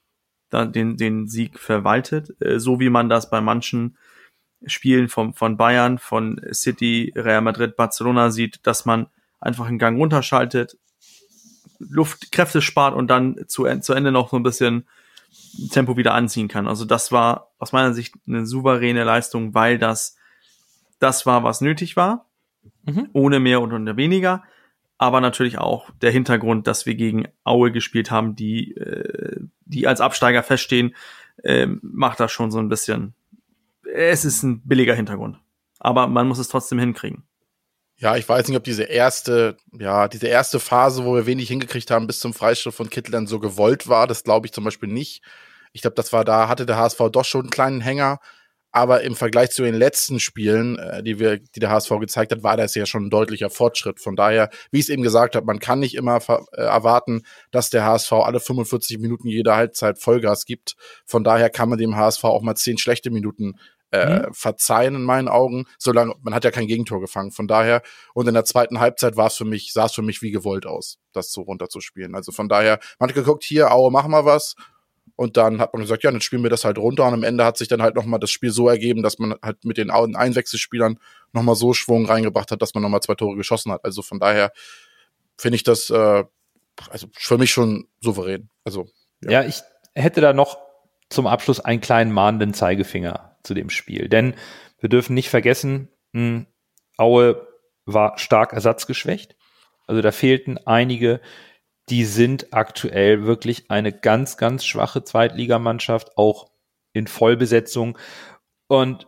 da den, den Sieg verwaltet, äh, so wie man das bei manchen Spielen von, von Bayern, von City, Real Madrid, Barcelona sieht, dass man einfach einen Gang runterschaltet, Luft, Kräfte spart und dann zu, zu Ende noch so ein bisschen Tempo wieder anziehen kann. Also das war aus meiner Sicht eine souveräne Leistung, weil das das war, was nötig war, mhm. ohne mehr und ohne weniger, aber natürlich auch der Hintergrund, dass wir gegen Aue gespielt haben, die äh, die als Absteiger feststehen, äh, macht das schon so ein bisschen. Es ist ein billiger Hintergrund, aber man muss es trotzdem hinkriegen. Ja, ich weiß nicht, ob diese erste, ja, diese erste Phase, wo wir wenig hingekriegt haben, bis zum Freistoß von Kittel dann so gewollt war. Das glaube ich zum Beispiel nicht. Ich glaube, das war da, hatte der H S V doch schon einen kleinen Hänger. Aber im Vergleich zu den letzten Spielen, äh, die wir, die der H S V gezeigt hat, war das ja schon ein deutlicher Fortschritt. Von daher, wie ich es eben gesagt habe, man kann nicht immer ver- äh, erwarten, dass der H S V alle fünfundvierzig Minuten jede Halbzeit Vollgas gibt. Von daher kann man dem H S V auch mal zehn schlechte Minuten Äh, mhm. verzeihen in meinen Augen, solange man hat ja kein Gegentor gefangen. Von daher, und in der zweiten Halbzeit war es für mich, sah es für mich wie gewollt aus, das so runterzuspielen. Also von daher, man hat geguckt, hier, Aue, machen wir was. Und dann hat man gesagt, ja, dann spielen wir das halt runter. Und am Ende hat sich dann halt nochmal das Spiel so ergeben, dass man halt mit den Einwechselspielern nochmal so Schwung reingebracht hat, dass man nochmal zwei Tore geschossen hat. Also von daher finde ich das äh, also für mich schon souverän. Also ja. ja, ich hätte da noch zum Abschluss einen kleinen mahnenden Zeigefinger zu dem Spiel. Denn wir dürfen nicht vergessen, mh, Aue war stark ersatzgeschwächt. Also da fehlten einige, die sind aktuell wirklich eine ganz, ganz schwache Zweitligamannschaft, auch in Vollbesetzung. Und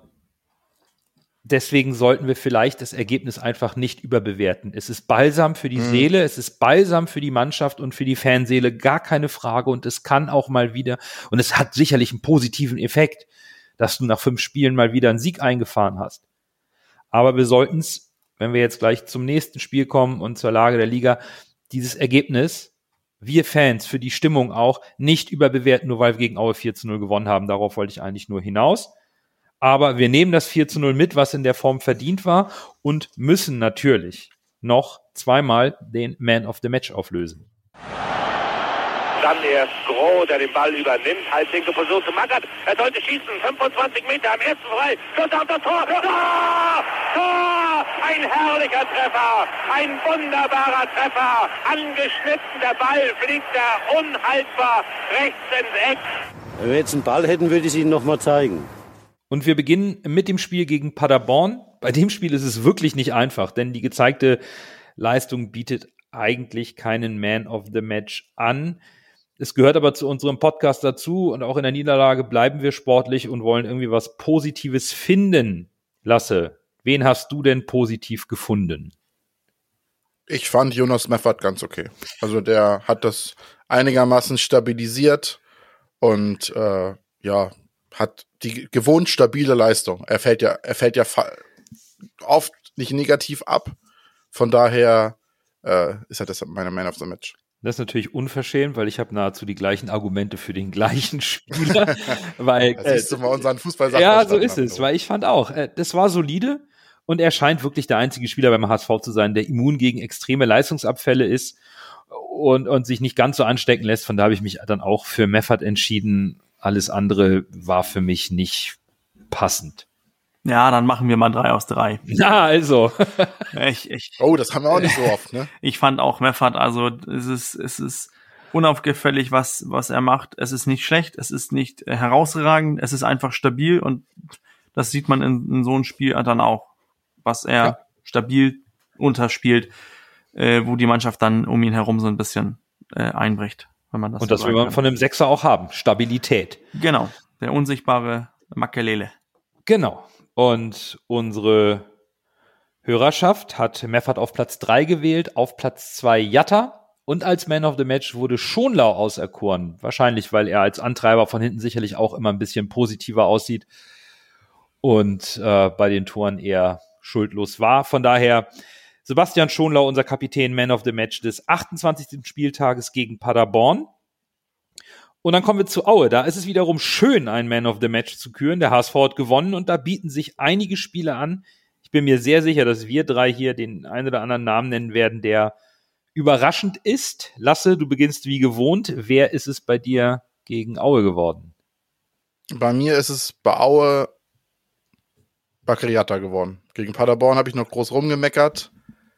deswegen sollten wir vielleicht das Ergebnis einfach nicht überbewerten. Es ist Balsam für die mhm. Seele, es ist Balsam für die Mannschaft und für die Fanseele, gar keine Frage. Und es kann auch mal wieder, und es hat sicherlich einen positiven Effekt, dass du nach fünf Spielen mal wieder einen Sieg eingefahren hast. Aber wir sollten es, wenn wir jetzt gleich zum nächsten Spiel kommen und zur Lage der Liga, dieses Ergebnis, wir Fans, für die Stimmung auch, nicht überbewerten, nur weil wir gegen Aue vier zu null gewonnen haben. Darauf wollte ich eigentlich nur hinaus. Aber wir nehmen das vier zu null mit, was in der Form verdient war, und müssen natürlich noch zweimal den Man of the Match auflösen. Dann erst Groh, der den Ball übernimmt, halblinke Position zu Magath. Er sollte schießen, fünfundzwanzig Meter am ersten frei. Schuss auf das Tor. Tor! Tor! Ein herrlicher Treffer, ein wunderbarer Treffer. Angeschnitten, der Ball fliegt da unhaltbar rechts ins Eck. Wenn wir jetzt einen Ball hätten, würde ich es Ihnen nochmal zeigen. Und wir beginnen mit dem Spiel gegen Paderborn. Bei dem Spiel ist es wirklich nicht einfach, denn die gezeigte Leistung bietet eigentlich keinen Man of the Match an. Es gehört aber zu unserem Podcast dazu, und auch in der Niederlage bleiben wir sportlich und wollen irgendwie was Positives finden. Lasse, wen hast du denn positiv gefunden? Ich fand Jonas Meffert ganz okay. Also der hat das einigermaßen stabilisiert und äh, ja, hat die gewohnt stabile Leistung. Er fällt ja, er fällt ja fa- oft nicht negativ ab. Von daher äh, ist er das meine Man of the Match. Das ist natürlich unverschämt, weil ich habe nahezu die gleichen Argumente für den gleichen Spieler. weil, das siehst du mal unseren fußball Ja, so ist es, weil ich fand auch, äh, das war solide, und er scheint wirklich der einzige Spieler beim H S V zu sein, der immun gegen extreme Leistungsabfälle ist und, und sich nicht ganz so anstecken lässt. Von da habe ich mich dann auch für Meffert entschieden. Alles andere war für mich nicht passend. Ja, dann machen wir mal drei aus drei. Na, also. ich, ich, oh, das haben wir auch nicht so oft, ne? Ich fand auch Meffert, also es ist, es ist unaufgefällig, was, was er macht. Es ist nicht schlecht, es ist nicht herausragend, es ist einfach stabil, und das sieht man in, in so einem Spiel dann auch, was er ja. stabil unterspielt, äh, wo die Mannschaft dann um ihn herum so ein bisschen äh, einbricht, wenn man das. Und so das will man kann. Von dem Sechser auch haben, Stabilität. Genau, der unsichtbare Makelele. Genau. Und unsere Hörerschaft hat Meffert auf Platz drei gewählt, auf Platz zwei Jatta, und als Man of the Match wurde Schonlau auserkoren. Wahrscheinlich, weil er als Antreiber von hinten sicherlich auch immer ein bisschen positiver aussieht und äh, bei den Toren eher schuldlos war. Von daher Sebastian Schonlau, unser Kapitän, Man of the Match des achtundzwanzigsten Spieltages gegen Paderborn. Und dann kommen wir zu Aue. Da ist es wiederum schön, einen Man of the Match zu küren. Der H S V hat gewonnen, und da bieten sich einige Spiele an. Ich bin mir sehr sicher, dass wir drei hier den einen oder anderen Namen nennen werden, der überraschend ist. Lasse, du beginnst wie gewohnt. Wer ist es bei dir, gegen Aue geworden? Bei mir ist es bei Aue Bakary geworden. Gegen Paderborn habe ich noch groß rumgemeckert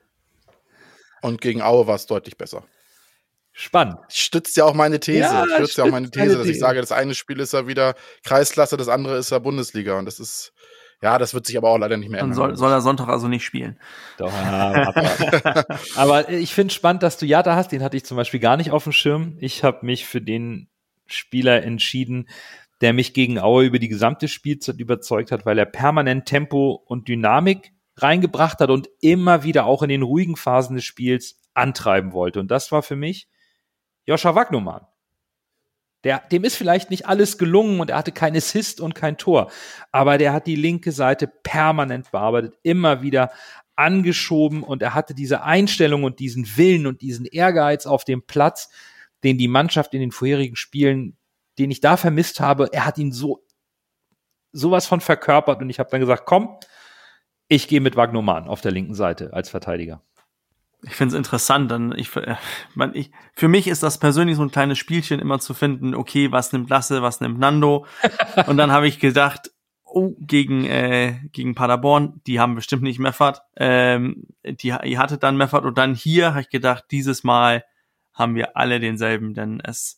und gegen Aue war es deutlich besser. Spannend. Stützt ja auch meine These. Ja, stützt ja auch meine These, dass These. ich sage, das eine Spiel ist ja wieder Kreisklasse, das andere ist ja Bundesliga. Und das ist, ja, das wird sich aber auch leider nicht mehr Dann ändern. soll, soll er Sonntag also nicht spielen. Doch, aber, aber ich finde spannend, dass du Jatta hast. Den hatte ich zum Beispiel gar nicht auf dem Schirm. Ich habe mich für den Spieler entschieden, der mich gegen Aue über die gesamte Spielzeit überzeugt hat, weil er permanent Tempo und Dynamik reingebracht hat und immer wieder auch in den ruhigen Phasen des Spiels antreiben wollte. Und das war für mich Joscha Wagnumann. Der, dem ist vielleicht nicht alles gelungen und er hatte kein Assist und kein Tor, aber der hat die linke Seite permanent bearbeitet, immer wieder angeschoben und er hatte diese Einstellung und diesen Willen und diesen Ehrgeiz auf dem Platz, den die Mannschaft in den vorherigen Spielen, den ich da vermisst habe, er hat ihn so sowas von verkörpert und ich habe dann gesagt, komm, ich gehe mit Wagnumann auf der linken Seite als Verteidiger. Ich finde es interessant, dann ich, man, ich, für mich ist das persönlich so ein kleines Spielchen immer zu finden, okay, was nimmt Lasse, was nimmt Nando? Und dann habe ich gedacht, oh, gegen äh, gegen Paderborn, die haben bestimmt nicht Meffert, ähm, die ihr hattet dann Meffert und dann hier habe ich gedacht, dieses Mal haben wir alle denselben, denn es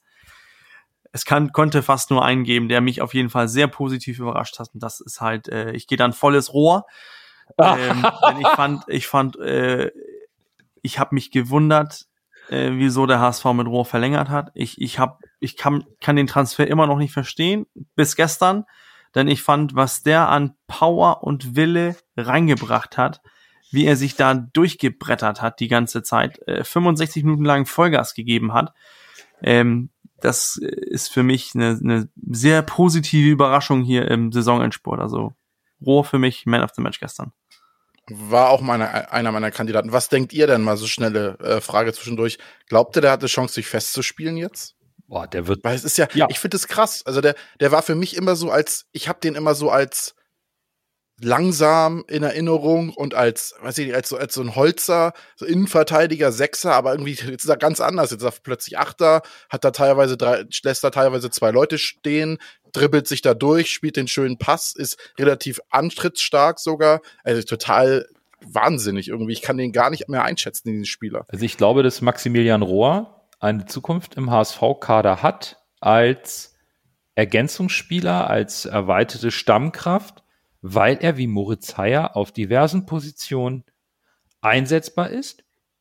es kann konnte fast nur einen geben, der mich auf jeden Fall sehr positiv überrascht hat und das ist halt, äh, ich gehe dann volles Rohr, ähm, denn ich fand ich fand äh, Ich habe mich gewundert, äh, wieso der H S V mit Rohr verlängert hat. Ich ich hab, ich kann kann den Transfer immer noch nicht verstehen bis gestern, denn ich fand, was der an Power und Wille reingebracht hat, wie er sich da durchgebrettert hat die ganze Zeit, äh, fünfundsechzig Minuten lang Vollgas gegeben hat. Ähm, das ist für mich eine, eine sehr positive Überraschung hier im Saisonendspurt. Also Rohr für mich Man of the Match gestern. War auch meine, einer meiner Kandidaten. Was denkt ihr denn mal, so schnelle äh, Frage zwischendurch? Glaubt ihr, der hatte Chance, sich festzuspielen jetzt? Boah, der wird. Weil es ist ja, Ja. ich finde es krass. Also der, der war für mich immer so als, ich habe den immer so als langsam in Erinnerung und als, weiß ich nicht, als so, als so ein Holzer, so Innenverteidiger, Sechser, aber irgendwie, jetzt ist er ganz anders. Jetzt ist er plötzlich Achter, hat da teilweise drei, lässt da teilweise zwei Leute stehen, dribbelt sich da durch, spielt den schönen Pass, ist relativ antrittsstark sogar. Also total wahnsinnig irgendwie. Ich kann den gar nicht mehr einschätzen, diesen Spieler. Also ich glaube, dass Maximilian Rohr eine Zukunft im H S V-Kader hat als Ergänzungsspieler, als erweiterte Stammkraft, weil er wie Moritz Heyer auf diversen Positionen einsetzbar ist.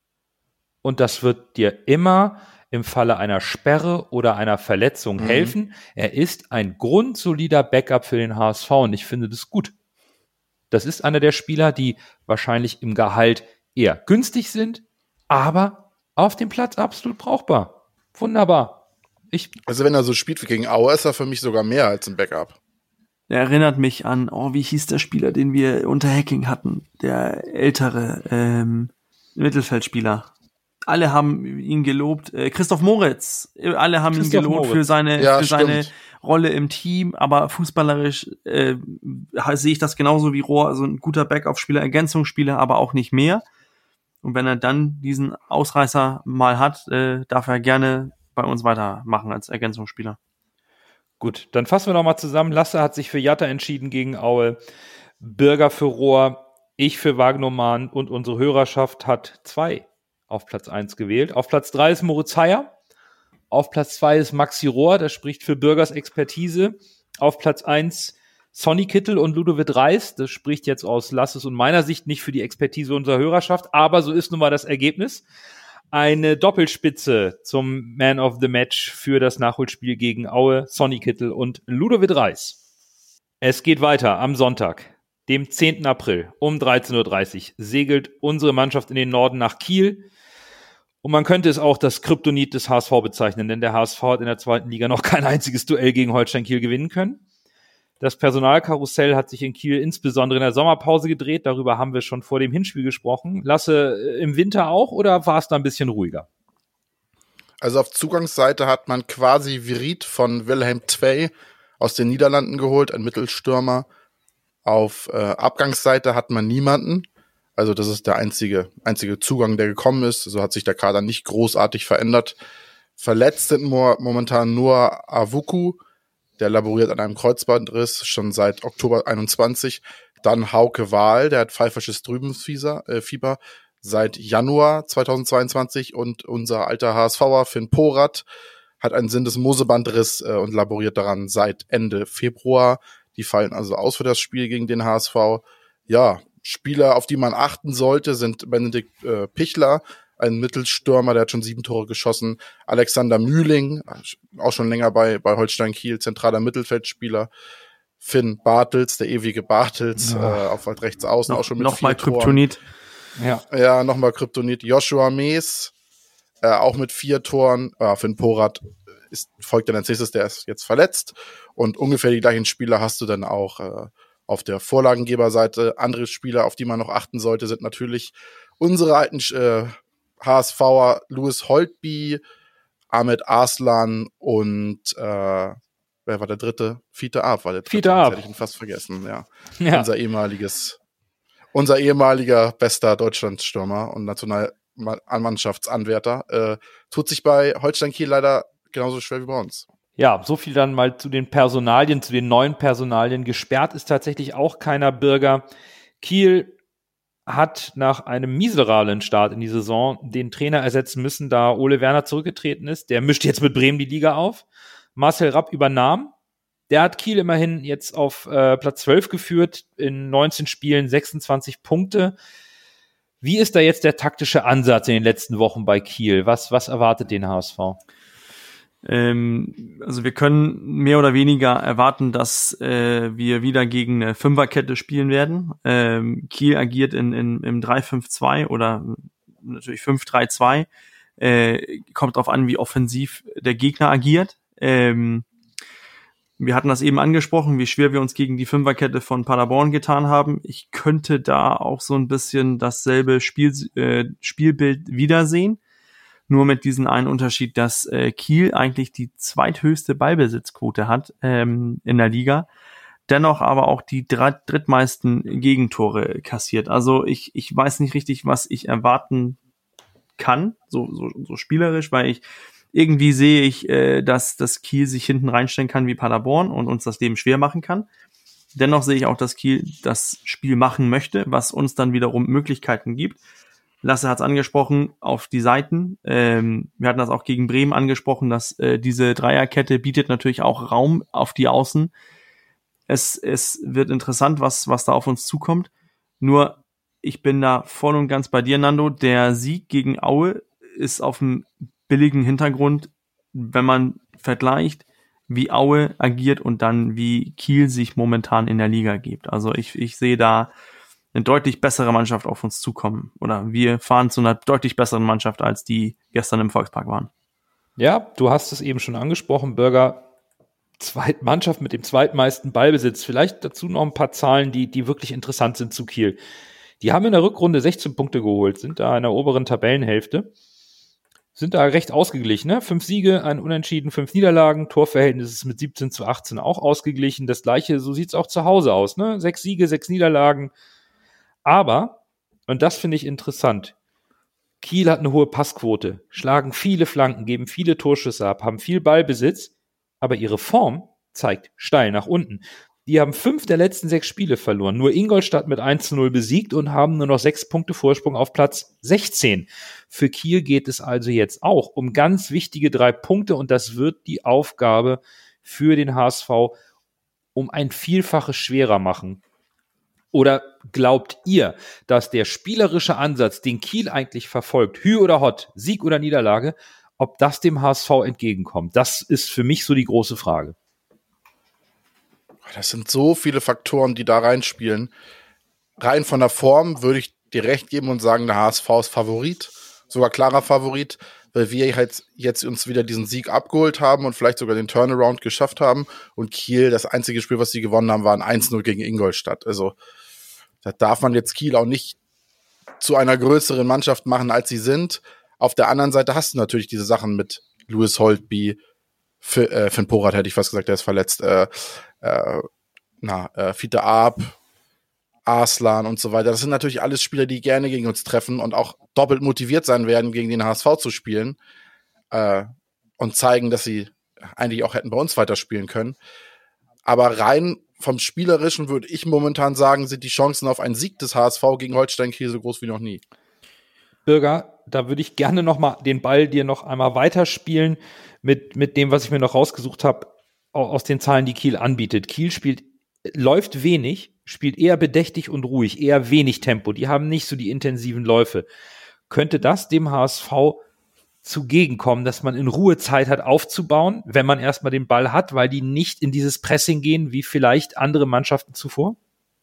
Und das wird dir immer im Falle einer Sperre oder einer Verletzung Mhm. helfen. Er ist ein grundsolider Backup für den H S V und ich finde das gut. Das ist einer der Spieler, die wahrscheinlich im Gehalt eher günstig sind, aber auf dem Platz absolut brauchbar. Wunderbar. Ich, Also wenn er so spielt wie gegen Aue, ist er für mich sogar mehr als ein Backup. Der erinnert mich an, oh, wie hieß der Spieler, den wir unter Hacking hatten? Der ältere ähm, Mittelfeldspieler. Alle haben ihn gelobt. Äh, Christoph Moritz. Alle haben Christoph ihn gelobt Moritz. für seine, Ja, für seine stimmt. Rolle im Team. Aber fußballerisch äh, sehe ich das genauso wie Rohr. Also ein guter Backup-Spieler, Ergänzungsspieler, aber auch nicht mehr. Und wenn er dann diesen Ausreißer mal hat, äh, darf er gerne bei uns weitermachen als Ergänzungsspieler. Gut, dann fassen wir noch mal zusammen. Lasse hat sich für Jatta entschieden gegen Aue, Birger für Rohr, ich für Wagnumann und unsere Hörerschaft hat zwei auf Platz eins gewählt. Auf Platz drei ist Moritz Heyer, auf Platz zwei ist Maxi Rohr, das spricht für Birgers Expertise. Auf Platz eins Sonny Kittel und Ludovic Reis, das spricht jetzt aus Lasses und meiner Sicht nicht für die Expertise unserer Hörerschaft, aber so ist nun mal das Ergebnis. Eine Doppelspitze zum Man of the Match für das Nachholspiel gegen Aue, Sonny Kittel und Ludovic Reis. Es geht weiter am Sonntag, dem zehnten April um dreizehn Uhr dreißig segelt unsere Mannschaft in den Norden nach Kiel. Und man könnte es auch das Kryptonit des H S V bezeichnen, denn der H S V hat in der zweiten Liga noch kein einziges Duell gegen Holstein Kiel gewinnen können. Das Personalkarussell hat sich in Kiel insbesondere in der Sommerpause gedreht. Darüber haben wir schon vor dem Hinspiel gesprochen. Lasse, im Winter auch oder war es da ein bisschen ruhiger? Also auf Zugangsseite hat man quasi Virit von Wilhelm zwei aus den Niederlanden geholt, ein Mittelstürmer. Auf äh, Abgangsseite hat man niemanden. Also das ist der einzige einzige Zugang, der gekommen ist. So hat sich der Kader nicht großartig verändert. Verletzt sind mo- momentan nur Awuku, der laboriert an einem Kreuzbandriss schon seit Oktober einundzwanzig. Dann Hauke Wahl, der hat pfeifersches Drübenfieber äh, Fieber seit Januar zweitausendzweiundzwanzig. Und unser alter HSVer Finn Porath hat einen Sindes-Mosebandriss äh, und laboriert daran seit Ende Februar. Die fallen also aus für das Spiel gegen den H S V. Ja, Spieler, auf die man achten sollte, sind Benedikt äh, Pichler, ein Mittelstürmer, der hat schon sieben Tore geschossen. Alexander Mühling, auch schon länger bei, bei Holstein Kiel, zentraler Mittelfeldspieler. Finn Bartels, der ewige Bartels, ja. äh, auf halt rechts außen, noch, auch schon mit noch vier mal Toren. Kryptonit. Ja, ja nochmal Kryptonit. Joshua Mees, äh, auch mit vier Toren. Äh, Finn Porath ist, folgt dann als nächstes, der ist jetzt verletzt. Und ungefähr die gleichen Spieler hast du dann auch äh, auf der Vorlagengeberseite. Andere Spieler, auf die man noch achten sollte, sind natürlich unsere alten äh, HSVer Louis Holtby, Ahmed Arslan und äh, wer war der dritte? Fiete Arp war der dritte. Fiete Arp. Das hätte ich ihn fast vergessen, ja. ja. Unser ehemaliges, unser ehemaliger bester Deutschlandstürmer und Nationalmannschaftsanwärter. Äh, tut sich bei Holstein Kiel leider genauso schwer wie bei uns. Ja, so viel dann mal zu den Personalien, zu den neuen Personalien. Gesperrt ist tatsächlich auch keiner Bürger. Kiel hat nach einem miserablen Start in die Saison den Trainer ersetzen müssen, da Ole Werner zurückgetreten ist. Der mischt jetzt mit Bremen die Liga auf. Marcel Rapp übernahm. Der hat Kiel immerhin jetzt auf äh, Platz zwölf geführt, in neunzehn Spielen sechsundzwanzig Punkte. Wie ist da jetzt der taktische Ansatz in den letzten Wochen bei Kiel? Was, was erwartet den H S V? Ähm, also wir können mehr oder weniger erwarten, dass äh, wir wieder gegen eine Fünferkette spielen werden. Ähm, Kiel agiert in, in, im drei fünf zwei oder natürlich fünf drei zwei. Äh, kommt drauf an, wie offensiv der Gegner agiert. Ähm, wir hatten das eben angesprochen, wie schwer wir uns gegen die Fünferkette von Paderborn getan haben. Ich könnte da auch so ein bisschen dasselbe Spiel, äh, Spielbild wiedersehen. Nur mit diesem einen Unterschied, dass äh, Kiel eigentlich die zweithöchste Ballbesitzquote hat ähm, in der Liga, dennoch aber auch die dritt- drittmeisten Gegentore kassiert. Also ich ich weiß nicht richtig, was ich erwarten kann, so so, so spielerisch, weil ich irgendwie sehe ich, äh, dass das Kiel sich hinten reinstellen kann wie Paderborn und uns das Leben schwer machen kann. Dennoch sehe ich auch, dass Kiel das Spiel machen möchte, was uns dann wiederum Möglichkeiten gibt. Lasse hat es angesprochen, auf die Seiten. Ähm, wir hatten das auch gegen Bremen angesprochen, dass äh, diese Dreierkette bietet natürlich auch Raum auf die Außen. Es, es wird interessant, was, was da auf uns zukommt. Nur, ich bin da voll und ganz bei dir, Nando. Der Sieg gegen Aue ist auf einem billigen Hintergrund, wenn man vergleicht, wie Aue agiert und dann wie Kiel sich momentan in der Liga gibt. Also ich, ich sehe da eine deutlich bessere Mannschaft auf uns zukommen. Oder wir fahren zu einer deutlich besseren Mannschaft, als die gestern im Volkspark waren. Ja, du hast es eben schon angesprochen, Bürger, Zweitmannschaft mit dem zweitmeisten Ballbesitz. Vielleicht dazu noch ein paar Zahlen, die, die wirklich interessant sind zu Kiel. Die haben in der Rückrunde sechzehn Punkte geholt, sind da in der oberen Tabellenhälfte, sind da recht ausgeglichen, ne? Fünf Siege, ein Unentschieden, fünf Niederlagen, Torverhältnis ist mit siebzehn zu achtzehn auch ausgeglichen. Das gleiche, so sieht's auch zu Hause aus, ne? Sechs Siege, sechs Niederlagen. Aber, und das finde ich interessant, Kiel hat eine hohe Passquote, schlagen viele Flanken, geben viele Torschüsse ab, haben viel Ballbesitz, aber ihre Form zeigt steil nach unten. Die haben fünf der letzten sechs Spiele verloren, nur Ingolstadt mit eins zu null besiegt und haben nur noch sechs Punkte Vorsprung auf Platz sechzehn. Für Kiel geht es also jetzt auch um ganz wichtige drei Punkte und das wird die Aufgabe für den H S V um ein Vielfaches schwerer machen. Oder glaubt ihr, dass der spielerische Ansatz, den Kiel eigentlich verfolgt, Hü oder Hott, Sieg oder Niederlage, ob das dem H S V entgegenkommt? Das ist für mich so die große Frage. Das sind so viele Faktoren, die da reinspielen. Rein von der Form würde ich dir recht geben und sagen, der H S V ist Favorit, sogar klarer Favorit, weil wir halt jetzt uns wieder diesen Sieg abgeholt haben und vielleicht sogar den Turnaround geschafft haben. Und Kiel, das einzige Spiel, was sie gewonnen haben, war ein eins null gegen Ingolstadt. Also da darf man jetzt Kiel auch nicht zu einer größeren Mannschaft machen, als sie sind. Auf der anderen Seite hast du natürlich diese Sachen mit Louis Holtby, F- äh, Finn Porath hätte ich fast gesagt, der ist verletzt, äh, äh, na, äh, Fiete Arp, Arslan und so weiter. Das sind natürlich alles Spieler, die gerne gegen uns treffen und auch doppelt motiviert sein werden, gegen den H S V zu spielen. Äh, und zeigen, dass sie eigentlich auch hätten bei uns weiterspielen können. Aber rein vom Spielerischen würde ich momentan sagen, sind die Chancen auf einen Sieg des H S V gegen Holstein Kiel so groß wie noch nie. Bürger, da würde ich gerne noch mal den Ball dir noch einmal weiterspielen mit, mit dem, was ich mir noch rausgesucht habe, aus den Zahlen, die Kiel anbietet. Kiel spielt, läuft wenig, spielt eher bedächtig und ruhig, eher wenig Tempo. Die haben nicht so die intensiven Läufe. Könnte das dem H S V zugegenkommen, dass man in Ruhe Zeit hat aufzubauen, wenn man erstmal den Ball hat, weil die nicht in dieses Pressing gehen, wie vielleicht andere Mannschaften zuvor?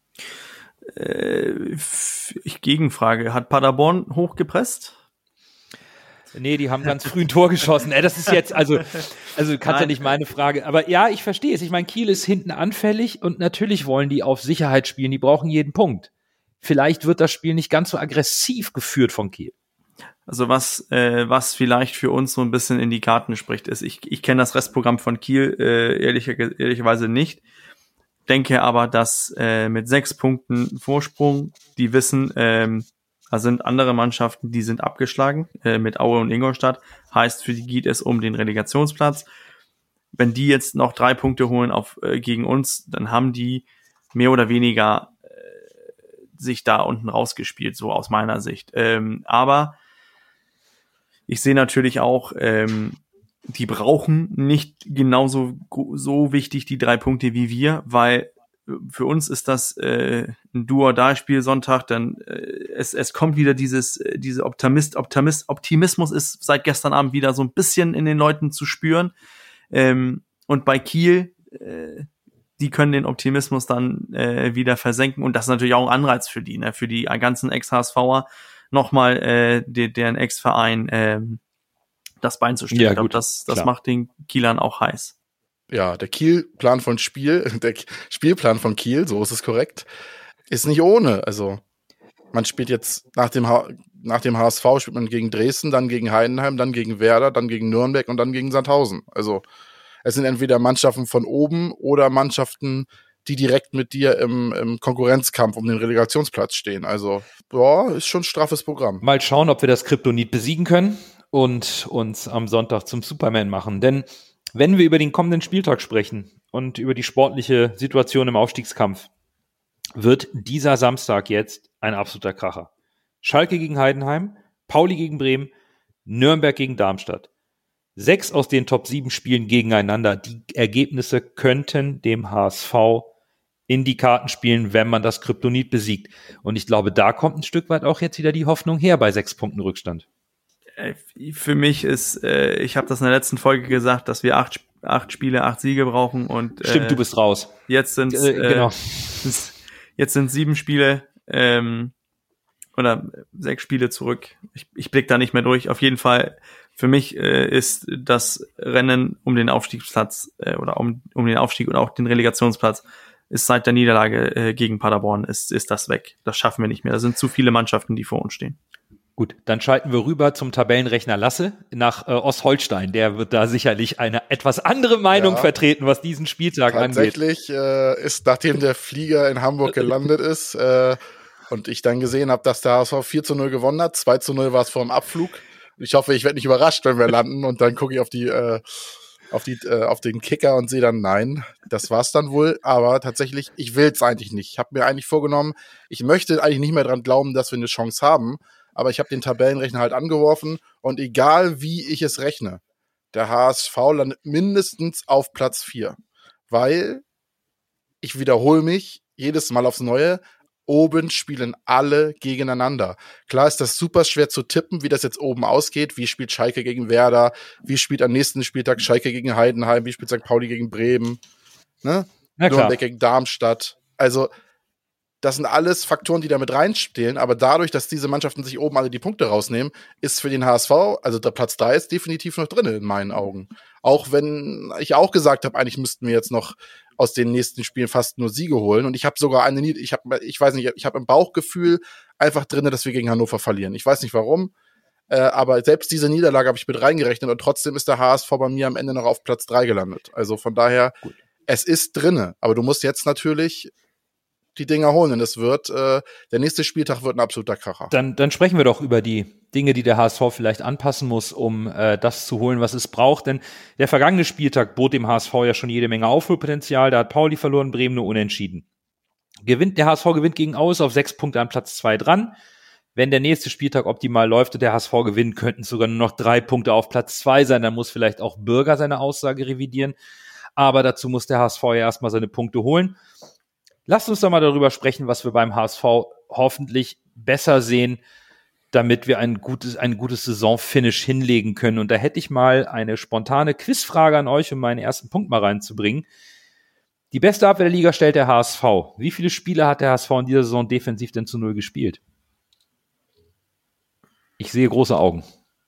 Äh, ich Gegenfrage. Hat Paderborn hochgepresst? Nee, die haben ganz früh ein Tor geschossen. Ey, das ist jetzt, also, also kannst ja nicht meine Frage. Aber ja, ich verstehe es. Ich meine, Kiel ist hinten anfällig und natürlich wollen die auf Sicherheit spielen. Die brauchen jeden Punkt. Vielleicht wird das Spiel nicht ganz so aggressiv geführt von Kiel. Also was äh, was vielleicht für uns so ein bisschen in die Karten spricht, ist, ich ich kenne das Restprogramm von Kiel äh, ehrlich, ehrlicherweise nicht, denke aber, dass äh, mit sechs Punkten Vorsprung, die wissen, ähm, da sind andere Mannschaften, die sind abgeschlagen äh, mit Aue und Ingolstadt, heißt für die geht es um den Relegationsplatz. Wenn die jetzt noch drei Punkte holen auf äh, gegen uns, dann haben die mehr oder weniger äh, sich da unten rausgespielt, so aus meiner Sicht. Ähm, aber ich sehe natürlich auch, ähm, die brauchen nicht genauso so wichtig die drei Punkte wie wir, weil für uns ist das äh, ein Do-or-Die-Spiel Sonntag, dann äh, es es kommt wieder dieses äh, diese Optimist Optimist Optimismus ist seit gestern Abend wieder so ein bisschen in den Leuten zu spüren, ähm, und bei Kiel äh, die können den Optimismus dann äh, wieder versenken und das ist natürlich auch ein Anreiz für die, ne, für die ganzen Ex-HSVer nochmal äh, de, deren Ex-Verein äh, das Bein zu stellen. Ja, ich glaube, gut, das, das klar. macht den Kielern auch heiß. Ja, der Kiel-Plan von Spiel, der Spielplan von Kiel, so ist es korrekt, ist nicht ohne. Also man spielt jetzt nach dem, H- nach dem H S V spielt man gegen Dresden, dann gegen Heidenheim, dann gegen Werder, dann gegen Nürnberg und dann gegen Sandhausen. Also es sind entweder Mannschaften von oben oder Mannschaften, die direkt mit dir im, im Konkurrenzkampf um den Relegationsplatz stehen. Also, boah, ist schon ein straffes Programm. Mal schauen, ob wir das Kryptonit besiegen können und uns am Sonntag zum Superman machen. Denn wenn wir über den kommenden Spieltag sprechen und über die sportliche Situation im Aufstiegskampf, wird dieser Samstag jetzt ein absoluter Kracher. Schalke gegen Heidenheim, Pauli gegen Bremen, Nürnberg gegen Darmstadt. Sechs aus den Top sieben Spielen gegeneinander. Die Ergebnisse könnten dem H S V in die Karten spielen, wenn man das Kryptonit besiegt. Und ich glaube, da kommt ein Stück weit auch jetzt wieder die Hoffnung her bei sechs Punkten Rückstand. Für mich ist, äh, ich habe das in der letzten Folge gesagt, dass wir acht, acht Spiele, acht Siege brauchen und äh, Stimmt, du bist raus. Jetzt sind äh, äh, genau. jetzt sind sieben Spiele ähm, oder sechs Spiele zurück. Ich, ich blick da nicht mehr durch. Auf jeden Fall für mich äh, ist das Rennen um den Aufstiegsplatz äh, oder um um den Aufstieg und auch den Relegationsplatz ist seit der Niederlage äh, gegen Paderborn ist ist das weg. Das schaffen wir nicht mehr. Da sind zu viele Mannschaften, die vor uns stehen. Gut, dann schalten wir rüber zum Tabellenrechner Lasse nach äh, Ostholstein. Der wird da sicherlich eine etwas andere Meinung Ja. vertreten, was diesen Spieltag angeht. Tatsächlich äh, ist, nachdem der Flieger in Hamburg gelandet ist äh, und ich dann gesehen habe, dass der H S V vier zu null gewonnen hat, zwei zu null war es vor dem Abflug. Ich hoffe, ich werde nicht überrascht, wenn wir landen und dann gucke ich auf die äh, auf die äh, auf den Kicker und sehe dann, nein, das war's dann wohl. Aber tatsächlich, ich will es eigentlich nicht. Ich habe mir eigentlich vorgenommen, ich möchte eigentlich nicht mehr dran glauben, dass wir eine Chance haben. Aber ich habe den Tabellenrechner halt angeworfen und egal wie ich es rechne, der H S V landet mindestens auf Platz vier. Weil, ich wiederhole mich jedes Mal aufs Neue, oben spielen alle gegeneinander. Klar ist das super schwer zu tippen, wie das jetzt oben ausgeht. Wie spielt Schalke gegen Werder? Wie spielt am nächsten Spieltag Schalke gegen Heidenheim? Wie spielt Sankt Pauli gegen Bremen? Ne? Na klar. Nürnberg gegen Darmstadt. Also, das sind alles Faktoren, die da mit reinspielen, aber dadurch, dass diese Mannschaften sich oben alle die Punkte rausnehmen, ist für den H S V, also der Platz drei ist definitiv noch drin in meinen Augen. Auch wenn ich auch gesagt habe, eigentlich müssten wir jetzt noch aus den nächsten Spielen fast nur Siege holen und ich habe sogar eine, ich habe, ich weiß nicht, ich habe im Bauchgefühl einfach drin, dass wir gegen Hannover verlieren. Ich weiß nicht warum, äh, aber selbst diese Niederlage habe ich mit reingerechnet und trotzdem ist der H S V bei mir am Ende noch auf Platz drei gelandet. Also von daher, Gut. Es ist drinne, aber du musst jetzt natürlich die Dinger holen. Und es wird, äh, der nächste Spieltag wird ein absoluter Kracher. Dann, dann sprechen wir doch über die Dinge, die der H S V vielleicht anpassen muss, um äh, das zu holen, was es braucht. Denn der vergangene Spieltag bot dem H S V ja schon jede Menge Aufholpotenzial. Da hat Pauli verloren, Bremen nur unentschieden. Gewinnt, der H S V gewinnt gegen Aue, auf sechs Punkte an Platz zwei dran. Wenn der nächste Spieltag optimal läuft und der H S V gewinnt, könnten es sogar nur noch drei Punkte auf Platz zwei sein. Dann muss vielleicht auch Bürger seine Aussage revidieren. Aber dazu muss der H S V ja erstmal seine Punkte holen. Lasst uns doch mal darüber sprechen, was wir beim H S V hoffentlich besser sehen, damit wir ein gutes, ein gutes Saisonfinish hinlegen können. Und da hätte ich mal eine spontane Quizfrage an euch, um meinen ersten Punkt mal reinzubringen. Die beste Abwehr der Liga stellt der H S V. Wie viele Spiele hat der H S V in dieser Saison defensiv denn zu null gespielt? Ich sehe große Augen.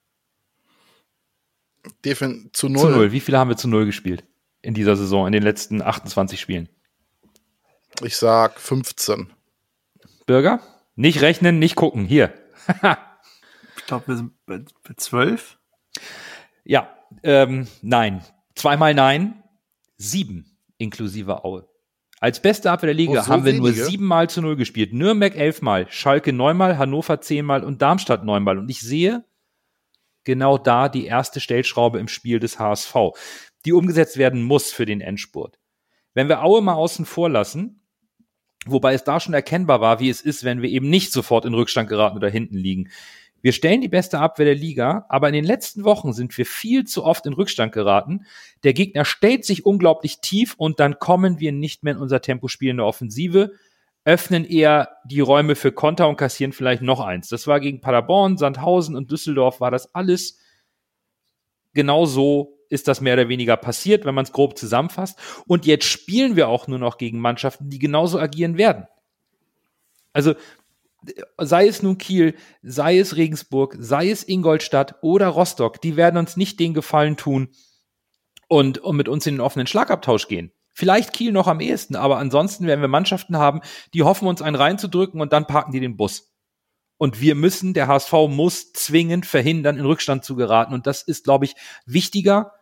Defen- zu null. Zu null. Wie viele haben wir zu null gespielt in dieser Saison, in den letzten achtundzwanzig Spielen? Ich sag fünfzehn. Bürger? Nicht rechnen, nicht gucken. Hier. Ich glaube, wir sind bei, bei zwölf. Ja, ähm, nein. Zweimal nein. Sieben inklusive Aue. Als beste Abwehr der Liga Oh, so haben wir wenige? nur siebenmal zu null gespielt. Nürnberg elfmal, Schalke neunmal, Hannover zehnmal und Darmstadt neunmal. Und ich sehe genau da die erste Stellschraube im Spiel des H S V, die umgesetzt werden muss für den Endspurt. Wenn wir Aue mal außen vor lassen, wobei es da schon erkennbar war, wie es ist, wenn wir eben nicht sofort in Rückstand geraten oder hinten liegen. Wir stellen die beste Abwehr der Liga, aber in den letzten Wochen sind wir viel zu oft in Rückstand geraten. Der Gegner stellt sich unglaublich tief und dann kommen wir nicht mehr in unser Tempospiel in der Offensive, öffnen eher die Räume für Konter und kassieren vielleicht noch eins. Das war gegen Paderborn, Sandhausen und Düsseldorf, war das alles genau so, ist das mehr oder weniger passiert, wenn man es grob zusammenfasst. Und jetzt spielen wir auch nur noch gegen Mannschaften, die genauso agieren werden. Also sei es nun Kiel, sei es Regensburg, sei es Ingolstadt oder Rostock, die werden uns nicht den Gefallen tun und, und mit uns in den offenen Schlagabtausch gehen. Vielleicht Kiel noch am ehesten, aber ansonsten werden wir Mannschaften haben, die hoffen, uns einen reinzudrücken und dann parken die den Bus. Und wir müssen, der H S V muss zwingend verhindern, in Rückstand zu geraten. Und das ist, glaube ich, wichtiger,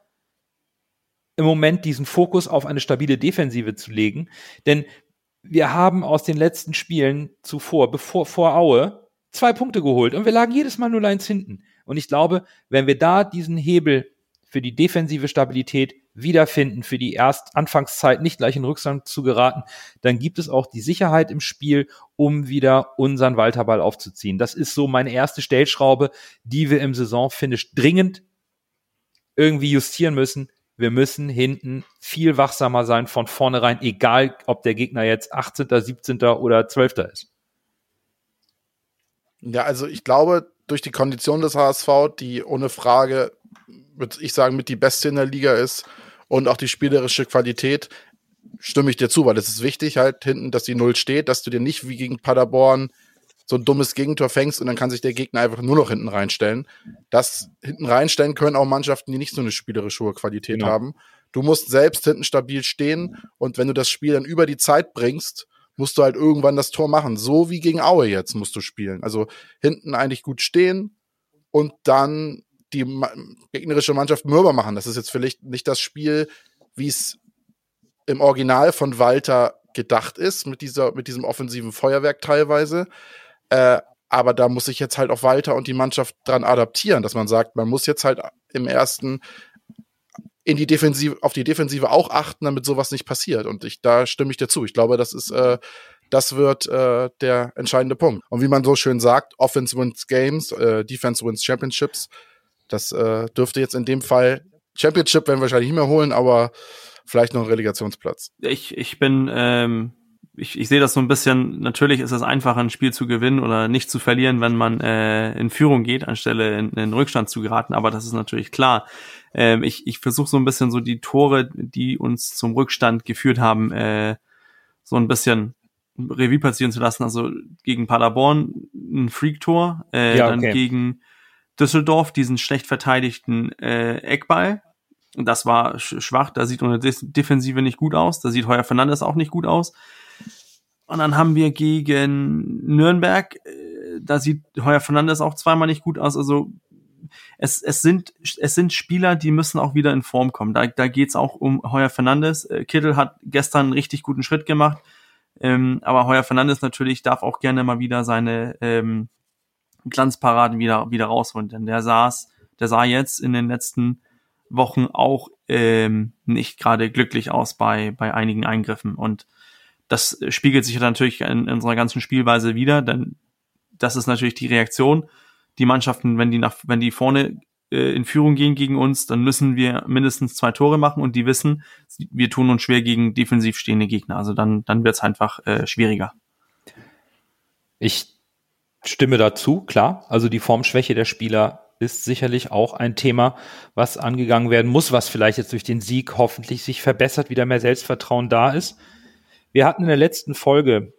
im Moment diesen Fokus auf eine stabile Defensive zu legen. Denn wir haben aus den letzten Spielen zuvor, bevor vor Aue, zwei Punkte geholt. Und wir lagen jedes Mal nur eins hinten. Und ich glaube, wenn wir da diesen Hebel für die defensive Stabilität wiederfinden, für die erst Anfangszeit nicht gleich in Rückstand zu geraten, dann gibt es auch die Sicherheit im Spiel, um wieder unseren Walterball aufzuziehen. Das ist so meine erste Stellschraube, die wir im Saisonfinish dringend irgendwie justieren müssen. Wir müssen hinten viel wachsamer sein von vornherein, egal ob der Gegner jetzt achtzehnter, siebzehnter oder zwölfter ist. Ja, also ich glaube, durch die Kondition des H S V, die ohne Frage, würde ich sagen, mit die beste in der Liga ist und auch die spielerische Qualität, stimme ich dir zu, weil es ist wichtig halt hinten, dass die Null steht, dass du dir nicht wie gegen Paderborn so ein dummes Gegentor fängst und dann kann sich der Gegner einfach nur noch hinten reinstellen. Das hinten reinstellen können auch Mannschaften, die nicht so eine spielerisch hohe Qualität Genau. haben. Du musst selbst hinten stabil stehen und wenn du das Spiel dann über die Zeit bringst, musst du halt irgendwann das Tor machen. So wie gegen Aue jetzt musst du spielen. Also hinten eigentlich gut stehen und dann die ma- gegnerische Mannschaft mürber machen. Das ist jetzt vielleicht nicht das Spiel, wie es im Original von Walter gedacht ist, mit dieser, mit diesem offensiven Feuerwerk teilweise. Äh, aber da muss sich jetzt halt auch Walter und die Mannschaft dran adaptieren, dass man sagt, man muss jetzt halt im ersten in die Defensive, auf die Defensive auch achten, damit sowas nicht passiert. Und ich, da stimme ich dir zu. Ich glaube, das ist, äh, das wird äh, der entscheidende Punkt. Und wie man so schön sagt, Offense wins Games, äh, Defense wins Championships. Das äh, dürfte jetzt in dem Fall Championship werden wir wahrscheinlich nicht mehr holen, aber vielleicht noch einen Relegationsplatz. Ich, ich bin, ähm, ich, ich sehe das so ein bisschen, natürlich ist es einfacher, ein Spiel zu gewinnen oder nicht zu verlieren, wenn man äh, in Führung geht, anstelle in, in Rückstand zu geraten, aber das ist natürlich klar. Ähm, ich ich versuche so ein bisschen so die Tore, die uns zum Rückstand geführt haben, äh, so ein bisschen Revue passieren zu lassen. Also gegen Paderborn ein Freak-Tor, äh, Ja, dann okay. gegen Düsseldorf diesen schlecht verteidigten äh, Eckball. Und das war sch- schwach, da sieht unsere Des- Defensive nicht gut aus, da sieht Heuer Fernandes auch nicht gut aus. Und dann haben wir gegen Nürnberg, äh, da sieht Heuer Fernandes auch zweimal nicht gut aus. Also es, es sind es sind Spieler, die müssen auch wieder in Form kommen. Da, da geht's auch um Heuer Fernandes. Äh, Kittel hat gestern einen richtig guten Schritt gemacht. Ähm, aber Heuer Fernandes natürlich darf auch gerne mal wieder seine ähm, Glanzparaden wieder wieder rausholen, denn der saß, der sah jetzt in den letzten Wochen auch ähm, nicht gerade glücklich aus bei bei einigen Eingriffen, und das spiegelt sich natürlich in, in unserer ganzen Spielweise wieder, denn das ist natürlich die Reaktion. Die Mannschaften, wenn die nach wenn die vorne äh, in Führung gehen gegen uns, dann müssen wir mindestens zwei Tore machen, und die wissen, wir tun uns schwer gegen defensiv stehende Gegner. Also dann dann wird's einfach äh, schwieriger. Ich stimme dazu, klar. Also die Formschwäche der Spieler ist sicherlich auch ein Thema, was angegangen werden muss, was vielleicht jetzt durch den Sieg hoffentlich sich verbessert, wieder mehr Selbstvertrauen da ist. Wir hatten in der letzten Folge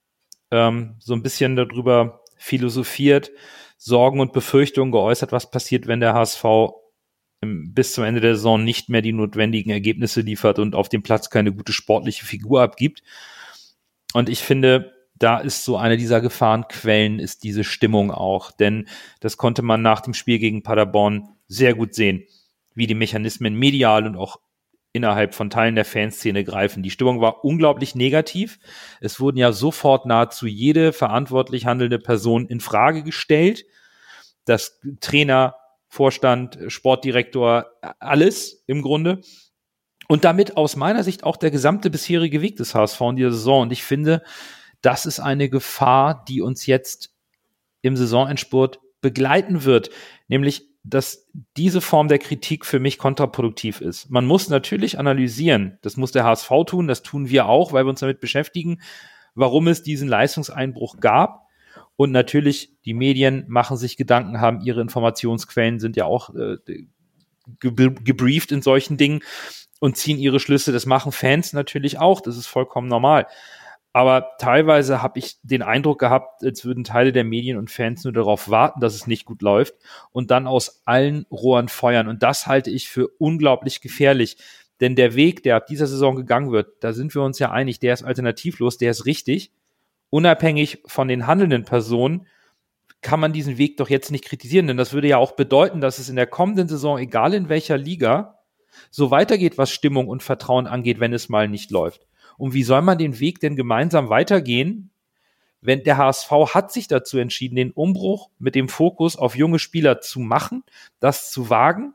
ähm, so ein bisschen darüber philosophiert, Sorgen und Befürchtungen geäußert, was passiert, wenn der H S V im, bis zum Ende der Saison nicht mehr die notwendigen Ergebnisse liefert und auf dem Platz keine gute sportliche Figur abgibt. Und ich finde, da ist so eine dieser Gefahrenquellen, ist diese Stimmung auch. Denn das konnte man nach dem Spiel gegen Paderborn sehr gut sehen, wie die Mechanismen medial und auch innerhalb von Teilen der Fanszene greifen. Die Stimmung war unglaublich negativ. Es wurden ja sofort nahezu jede verantwortlich handelnde Person in Frage gestellt. Das Trainer, Vorstand, Sportdirektor, alles im Grunde. Und damit aus meiner Sicht auch der gesamte bisherige Weg des H S V in dieser Saison. Und ich finde, das ist eine Gefahr, die uns jetzt im Saisonendspurt begleiten wird. Nämlich, dass diese Form der Kritik für mich kontraproduktiv ist. Man muss natürlich analysieren, das muss der H S V tun, das tun wir auch, weil wir uns damit beschäftigen, warum es diesen Leistungseinbruch gab. Und natürlich, die Medien machen sich Gedanken, haben ihre Informationsquellen, sind ja auch äh, ge- gebrieft in solchen Dingen und ziehen ihre Schlüsse. Das machen Fans natürlich auch, das ist vollkommen normal. Aber teilweise habe ich den Eindruck gehabt, als würden Teile der Medien und Fans nur darauf warten, dass es nicht gut läuft und dann aus allen Rohren feuern. Und das halte ich für unglaublich gefährlich. Denn der Weg, der ab dieser Saison gegangen wird, da sind wir uns ja einig, der ist alternativlos, der ist richtig. Unabhängig von den handelnden Personen kann man diesen Weg doch jetzt nicht kritisieren. Denn das würde ja auch bedeuten, dass es in der kommenden Saison, egal in welcher Liga, so weitergeht, was Stimmung und Vertrauen angeht, wenn es mal nicht läuft. Und wie soll man den Weg denn gemeinsam weitergehen, wenn der H S V hat sich dazu entschieden, den Umbruch mit dem Fokus auf junge Spieler zu machen, das zu wagen,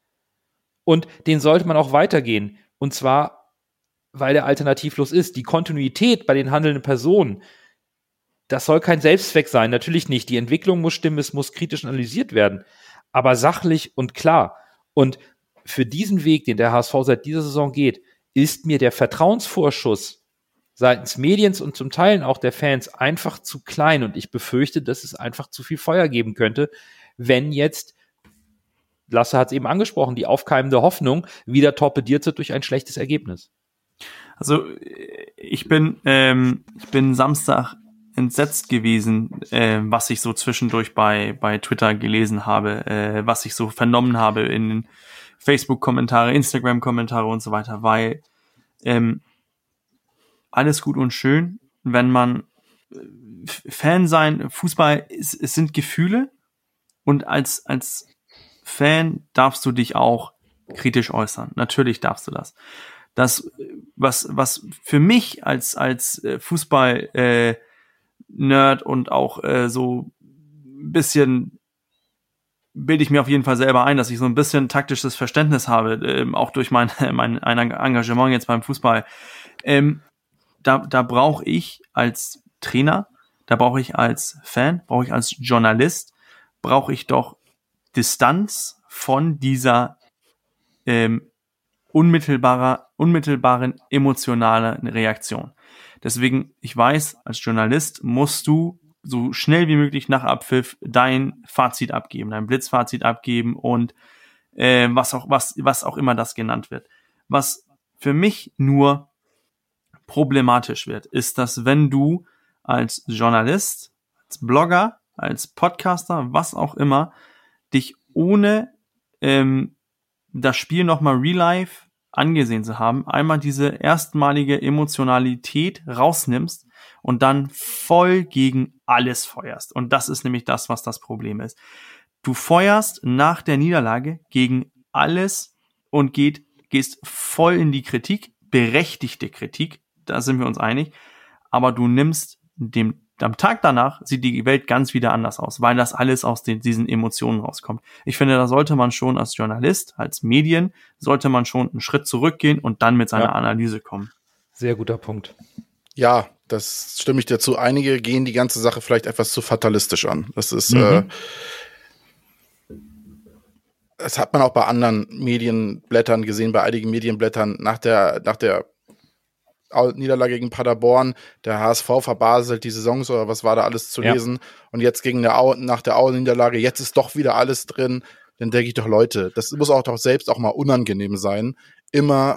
und den sollte man auch weitergehen. Und zwar, weil der alternativlos ist. Die Kontinuität bei den handelnden Personen, das soll kein Selbstzweck sein, natürlich nicht. Die Entwicklung muss stimmen, es muss kritisch analysiert werden, aber sachlich und klar. Und für diesen Weg, den der H S V seit dieser Saison geht, ist mir der Vertrauensvorschuss seitens Mediens und zum Teil auch der Fans einfach zu klein, und ich befürchte, dass es einfach zu viel Feuer geben könnte, wenn jetzt, Lasse hat es eben angesprochen, die aufkeimende Hoffnung wieder torpediert wird durch ein schlechtes Ergebnis. Also ich bin ähm, ich bin Samstag entsetzt gewesen, äh, was ich so zwischendurch bei bei Twitter gelesen habe, äh, was ich so vernommen habe in den Facebook-Kommentare, Instagram-Kommentare und so weiter, weil ähm, alles gut und schön, wenn man äh, Fan sein, Fußball, es, es sind Gefühle, und als als Fan darfst du dich auch kritisch äußern. Natürlich darfst du das. Das, was was für mich als als Fußball äh, Nerd und auch äh, so ein bisschen bilde ich mir auf jeden Fall selber ein, dass ich so ein bisschen taktisches Verständnis habe, ähm, auch durch mein, mein Engagement jetzt beim Fußball. Ähm, da da brauche ich als Trainer, da brauche ich als Fan, brauche ich als Journalist, brauche ich doch Distanz von dieser ähm, unmittelbarer, unmittelbaren emotionalen Reaktion. Deswegen, ich weiß, als Journalist musst du so schnell wie möglich nach Abpfiff dein Fazit abgeben, dein Blitzfazit abgeben und äh, was auch was was auch immer das genannt wird. Was für mich nur problematisch wird, ist, dass wenn du als Journalist, als Blogger, als Podcaster, was auch immer, dich ohne ähm, das Spiel nochmal real life angesehen zu haben, einmal diese erstmalige Emotionalität rausnimmst und dann voll gegen alles feuerst. Und das ist nämlich das, was das Problem ist. Du feuerst nach der Niederlage gegen alles und geht, gehst voll in die Kritik, berechtigte Kritik, da sind wir uns einig. aber du nimmst dem, am Tag danach sieht die Welt ganz wieder anders aus, weil das alles aus den, diesen Emotionen rauskommt. Ich finde, da sollte man schon als Journalist, als Medien, sollte man schon einen Schritt zurückgehen und dann mit seiner ja. Analyse kommen. Sehr guter Punkt. Ja, das stimme ich dir zu. Einige gehen die ganze Sache vielleicht etwas zu fatalistisch an. Das ist, mhm. äh, das hat man auch bei anderen Medienblättern gesehen, bei einigen Medienblättern nach der, nach der Niederlage gegen Paderborn, der H S V verbaselt die Saisons oder was war da alles zu ja. lesen und jetzt gegen der Au- nach der Aue-Niederlage, jetzt ist doch wieder alles drin, dann denke ich doch, Leute, das muss auch doch selbst auch mal unangenehm sein, immer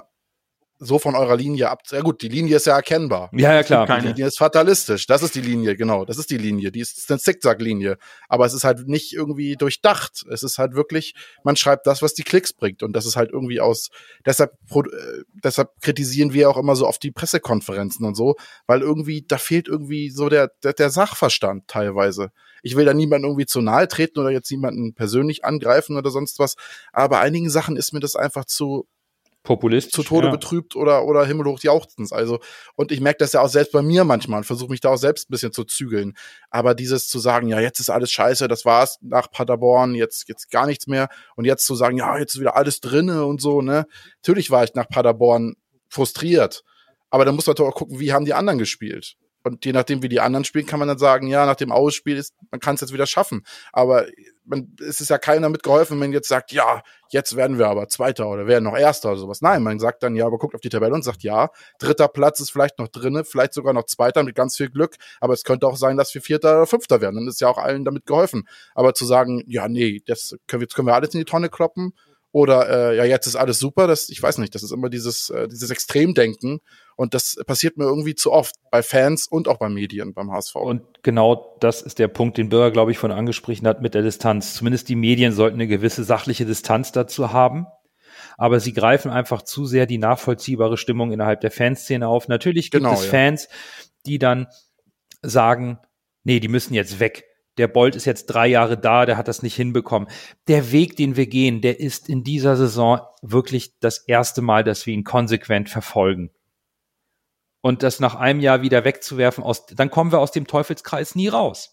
so von eurer Linie ab. Ja gut, die Linie ist ja erkennbar. Ja, ja, klar. Die Linie ist fatalistisch. Das ist die Linie, genau. Das ist die Linie. Die ist eine Zickzack-Linie. Aber es ist halt nicht irgendwie durchdacht. Es ist halt wirklich, man schreibt das, was die Klicks bringt. Und das ist halt irgendwie aus, deshalb, äh, deshalb kritisieren wir auch immer so oft die Pressekonferenzen und so, weil irgendwie, da fehlt irgendwie so der, der, der Sachverstand teilweise. Ich will da niemandem irgendwie zu nahe treten oder jetzt niemanden persönlich angreifen oder sonst was. Aber bei einigen Sachen ist mir das einfach zu, Populist zu Tode ja. betrübt oder oder himmelhoch jauchzend. Also, und ich merke das ja auch selbst bei mir manchmal und versuche mich da auch selbst ein bisschen zu zügeln. Aber dieses zu sagen, ja, jetzt ist alles scheiße, das war's nach Paderborn, jetzt jetzt gar nichts mehr. Und jetzt zu sagen, ja, jetzt ist wieder alles drinne und so, ne? Natürlich war ich nach Paderborn frustriert. Aber dann muss man doch auch gucken, wie haben die anderen gespielt. Und je nachdem, wie die anderen spielen, kann man dann sagen, ja, nach dem Ausspiel ist, man kann es jetzt wieder schaffen. Aber man, es ist ja keiner mitgeholfen, wenn man jetzt sagt, ja, jetzt werden wir aber Zweiter oder werden noch Erster oder sowas. Nein, man sagt dann, ja, aber guckt auf die Tabelle und sagt, ja, dritter Platz ist vielleicht noch drinne, vielleicht sogar noch Zweiter mit ganz viel Glück. Aber es könnte auch sein, dass wir Vierter oder Fünfter werden. Dann ist ja auch allen damit geholfen. Aber zu sagen, ja, nee, das können wir, jetzt können wir alles in die Tonne kloppen. Oder äh, ja, jetzt ist alles super, das, ich weiß nicht, das ist immer dieses, äh, dieses Extremdenken und das passiert mir irgendwie zu oft bei Fans und auch bei Medien, beim H S V. Und genau das ist der Punkt, den Bürger, glaube ich, von angesprochen hat mit der Distanz. Zumindest die Medien sollten eine gewisse sachliche Distanz dazu haben, aber sie greifen einfach zu sehr die nachvollziehbare Stimmung innerhalb der Fanszene auf. Natürlich gibt Genau, es ja. Fans, die dann sagen, nee, die müssen jetzt weg. Der Bolt ist jetzt drei Jahre da, der hat das nicht hinbekommen. Der Weg, den wir gehen, der ist in dieser Saison wirklich das erste Mal, dass wir ihn konsequent verfolgen. Und das nach einem Jahr wieder wegzuwerfen, aus, dann kommen wir aus dem Teufelskreis nie raus.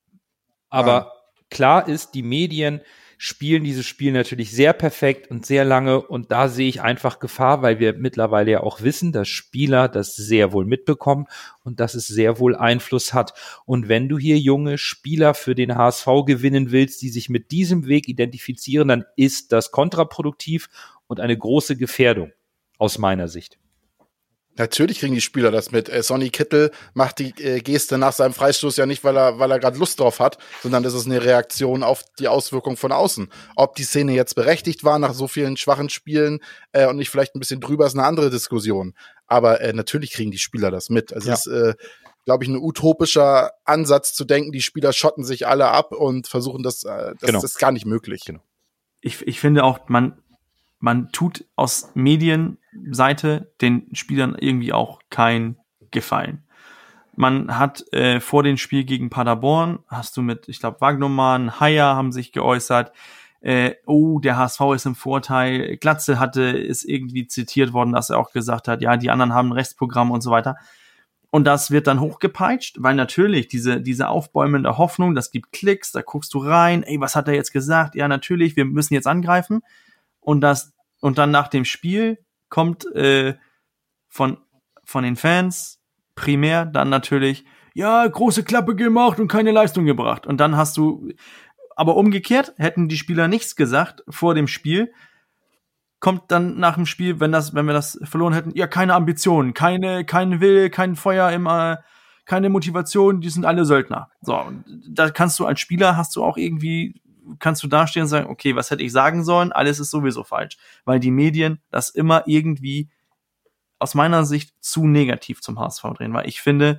Aber ja. klar ist, die Medien spielen dieses Spiel natürlich sehr perfekt und sehr lange und da sehe ich einfach Gefahr, weil wir mittlerweile ja auch wissen, dass Spieler das sehr wohl mitbekommen und dass es sehr wohl Einfluss hat. Und wenn du hier junge Spieler für den H S V gewinnen willst, die sich mit diesem Weg identifizieren, dann ist das kontraproduktiv und eine große Gefährdung aus meiner Sicht. Natürlich kriegen die Spieler das mit. Äh, Sonny Kittel macht die äh, Geste nach seinem Freistoß ja nicht, weil er weil er gerade Lust drauf hat, sondern das ist eine Reaktion auf die Auswirkung von außen. Ob die Szene jetzt berechtigt war nach so vielen schwachen Spielen äh, und nicht vielleicht ein bisschen drüber, ist eine andere Diskussion. Aber äh, natürlich kriegen die Spieler das mit. Also ja. Es ist, äh, glaube ich, ein utopischer Ansatz zu denken, die Spieler schotten sich alle ab und versuchen das, äh, das, genau. das ist gar nicht möglich. Genau. Ich, ich finde auch, man Man tut aus Medienseite den Spielern irgendwie auch keinen Gefallen. Man hat äh, vor dem Spiel gegen Paderborn, hast du mit, ich glaube, Wagnermann, Haier haben sich geäußert, äh, oh, der H S V ist im Vorteil. Glatze hatte, ist irgendwie zitiert worden, dass er auch gesagt hat, ja, die anderen haben ein Restprogramm und so weiter. Und das wird dann hochgepeitscht, weil natürlich diese diese aufbäumende Hoffnung, das gibt Klicks, da guckst du rein, ey, was hat er jetzt gesagt? Ja, natürlich, wir müssen jetzt angreifen. Und das und dann nach dem Spiel kommt äh, von von den Fans primär dann natürlich, ja, große Klappe gemacht und keine Leistung gebracht. Und dann hast du, aber umgekehrt, hätten die Spieler nichts gesagt vor dem Spiel, kommt dann nach dem Spiel, wenn das, wenn wir das verloren hätten, ja, keine Ambitionen, keine, kein Wille, kein Feuer immer, keine Motivation, die sind alle Söldner. So, da kannst du als Spieler, hast du auch irgendwie, kannst du dastehen und sagen, okay, was hätte ich sagen sollen? Alles ist sowieso falsch. Weil die Medien das immer irgendwie aus meiner Sicht zu negativ zum H S V drehen. Weil ich finde,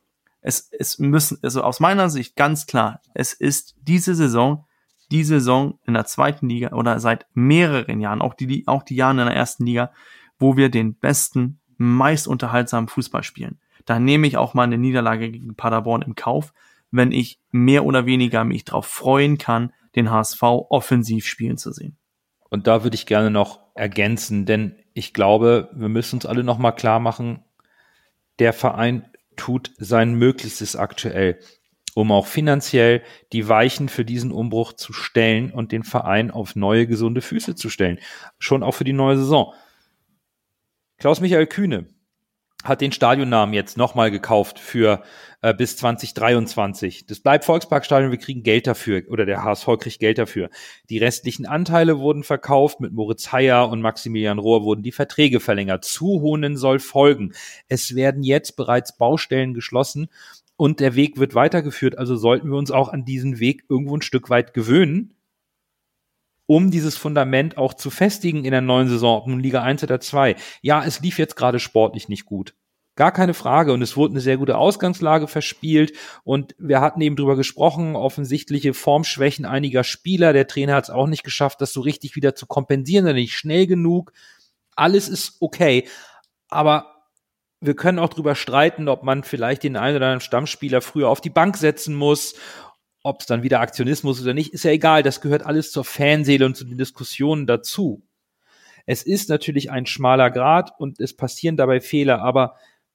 es, es müssen, also aus meiner Sicht ganz klar, es ist diese Saison, die Saison in der zweiten Liga oder seit mehreren Jahren, auch die, auch die Jahre in der ersten Liga, wo wir den besten, meist unterhaltsamen Fußball spielen. Da nehme ich auch mal eine Niederlage gegen Paderborn im Kauf, wenn ich mehr oder weniger mich darauf freuen kann, den H S V offensiv spielen zu sehen. Und da würde ich gerne noch ergänzen, denn ich glaube, wir müssen uns alle noch mal klar machen, der Verein tut sein Möglichstes aktuell, um auch finanziell die Weichen für diesen Umbruch zu stellen und den Verein auf neue, gesunde Füße zu stellen. Schon auch für die neue Saison. Klaus-Michael Kühne hat den Stadionnamen jetzt nochmal gekauft für äh, bis zwanzig dreiundzwanzig. Das bleibt Volksparkstadion, wir kriegen Geld dafür, oder der H S V kriegt Geld dafür. Die restlichen Anteile wurden verkauft, mit Moritz Heyer und Maximilian Rohr wurden die Verträge verlängert. Zuhonen soll folgen. Es werden jetzt bereits Baustellen geschlossen und der Weg wird weitergeführt, also sollten wir uns auch an diesen Weg irgendwo ein Stück weit gewöhnen, um dieses Fundament auch zu festigen in der neuen Saison, ob nun Liga eins oder zwei. Ja, es lief jetzt gerade sportlich nicht gut. Gar keine Frage. Und es wurde eine sehr gute Ausgangslage verspielt. Und wir hatten eben drüber gesprochen, offensichtliche Formschwächen einiger Spieler. Der Trainer hat es auch nicht geschafft, das so richtig wieder zu kompensieren, sondern nicht schnell genug. Alles ist okay. Aber wir können auch drüber streiten, ob man vielleicht den einen oder anderen Stammspieler früher auf die Bank setzen muss. Ob es dann wieder Aktionismus oder nicht, ist ja egal. Das gehört alles zur Fanseele und zu den Diskussionen dazu. Es ist natürlich ein schmaler Grat und es passieren dabei Fehler, aber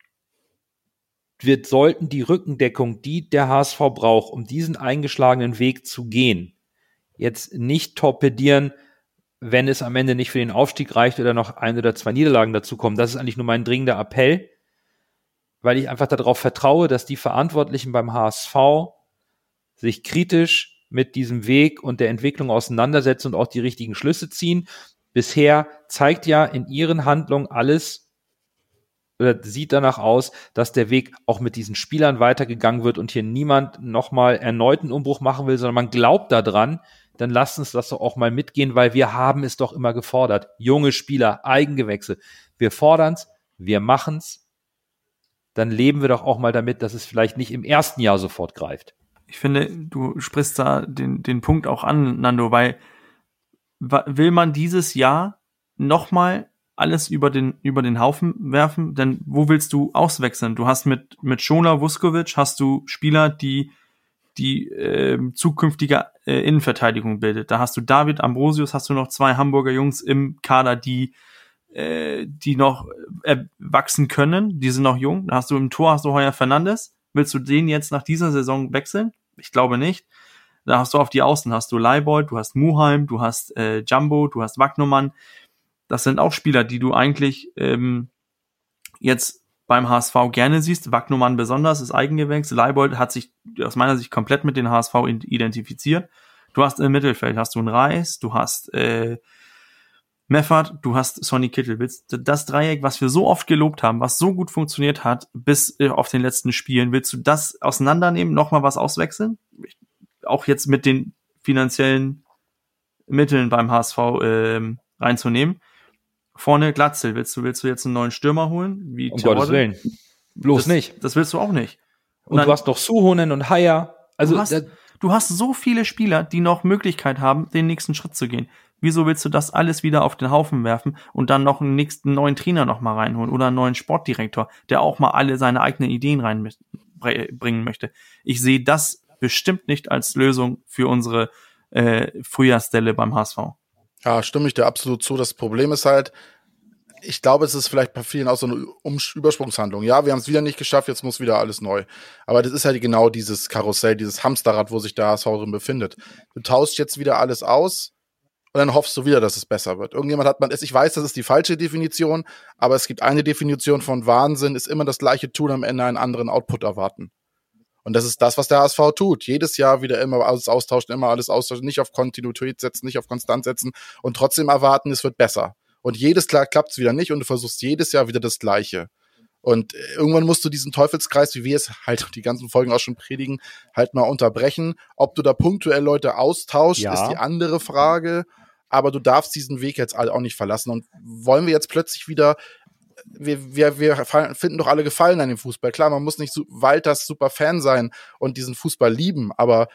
wir sollten die Rückendeckung, die der H S V braucht, um diesen eingeschlagenen Weg zu gehen, jetzt nicht torpedieren, wenn es am Ende nicht für den Aufstieg reicht oder noch ein oder zwei Niederlagen dazukommen. Das ist eigentlich nur mein dringender Appell, weil ich einfach darauf vertraue, dass die Verantwortlichen beim H S V sich kritisch mit diesem Weg und der Entwicklung auseinandersetzen und auch die richtigen Schlüsse ziehen. Bisher zeigt ja in ihren Handlungen alles, oder sieht danach aus, dass der Weg auch mit diesen Spielern weitergegangen wird und hier niemand nochmal erneut einen Umbruch machen will, sondern man glaubt daran, dann lasst uns das doch auch mal mitgehen, weil wir haben es doch immer gefordert. Junge Spieler, Eigengewächse. Wir fordern's, wir machen's. Dann leben wir doch auch mal damit, dass es vielleicht nicht im ersten Jahr sofort greift. Ich finde, du sprichst da den, den Punkt auch an, Nando, weil will man dieses Jahr nochmal alles über den, über den Haufen werfen? Denn wo willst du auswechseln? Du hast mit, mit Schoner, Vuskovic hast du Spieler, die, die äh, zukünftige äh, Innenverteidigung bildet. Da hast du David Ambrosius, hast du noch zwei Hamburger Jungs im Kader, die, äh, die noch äh, wachsen können. Die sind noch jung. Da hast du im Tor, hast du Heuer Fernandes. Willst du den jetzt nach dieser Saison wechseln? Ich glaube nicht. Da hast du auf die Außen, hast du Leibold, du hast Muheim, du hast äh, Jumbo, du hast Wagnumann. Das sind auch Spieler, die du eigentlich ähm, jetzt beim H S V gerne siehst. Wagnumann besonders, ist Eigengewächs. Leibold hat sich aus meiner Sicht komplett mit den H S V identifiziert. Du hast im Mittelfeld, hast du einen Reis, du hast äh, Meffert, du hast Sonny Kittel. Willst du das Dreieck, was wir so oft gelobt haben, was so gut funktioniert hat, bis äh, auf den letzten Spielen, willst du das auseinandernehmen, nochmal was auswechseln? Ich, auch jetzt mit den finanziellen Mitteln beim H S V äh, reinzunehmen. Vorne Glatzel, willst du, willst du jetzt einen neuen Stürmer holen? Wie um Gottes Willen. Bloß das, nicht. Das willst du auch nicht. Und, und dann, du hast noch Suhonen und Heyer. Also du hast, du hast so viele Spieler, die noch Möglichkeit haben, den nächsten Schritt zu gehen. Wieso willst du das alles wieder auf den Haufen werfen und dann noch einen nächsten neuen Trainer noch mal reinholen oder einen neuen Sportdirektor, der auch mal alle seine eigenen Ideen reinbringen möchte? Ich sehe das bestimmt nicht als Lösung für unsere äh, Frühjahrsstelle beim H S V. Ja, stimme ich dir absolut zu. Das Problem ist halt, ich glaube, es ist vielleicht bei vielen auch so eine um- Übersprungshandlung. Ja, wir haben es wieder nicht geschafft, jetzt muss wieder alles neu. Aber das ist halt genau dieses Karussell, dieses Hamsterrad, wo sich der H S V drin befindet. Du tauschst jetzt wieder alles aus und dann hoffst du wieder, dass es besser wird. Irgendjemand hat man, ich weiß, das ist die falsche Definition, aber es gibt eine Definition von Wahnsinn, ist immer das gleiche tun, am Ende einen anderen Output erwarten. Und das ist das, was der H S V tut. Jedes Jahr wieder immer alles austauschen, immer alles austauschen, nicht auf Kontinuität setzen, nicht auf Konstant setzen und trotzdem erwarten, es wird besser. Und jedes Jahr klappt es wieder nicht und du versuchst jedes Jahr wieder das Gleiche. Und irgendwann musst du diesen Teufelskreis, wie wir es halt die ganzen Folgen auch schon predigen, halt mal unterbrechen. Ob du da punktuell Leute austauschst, ja. ist die andere Frage. Aber du darfst diesen Weg jetzt auch nicht verlassen. Und wollen wir jetzt plötzlich wieder Wir, wir, wir finden doch alle Gefallen an dem Fußball. Klar, man muss nicht so Walters super Fan sein und diesen Fußball lieben, aber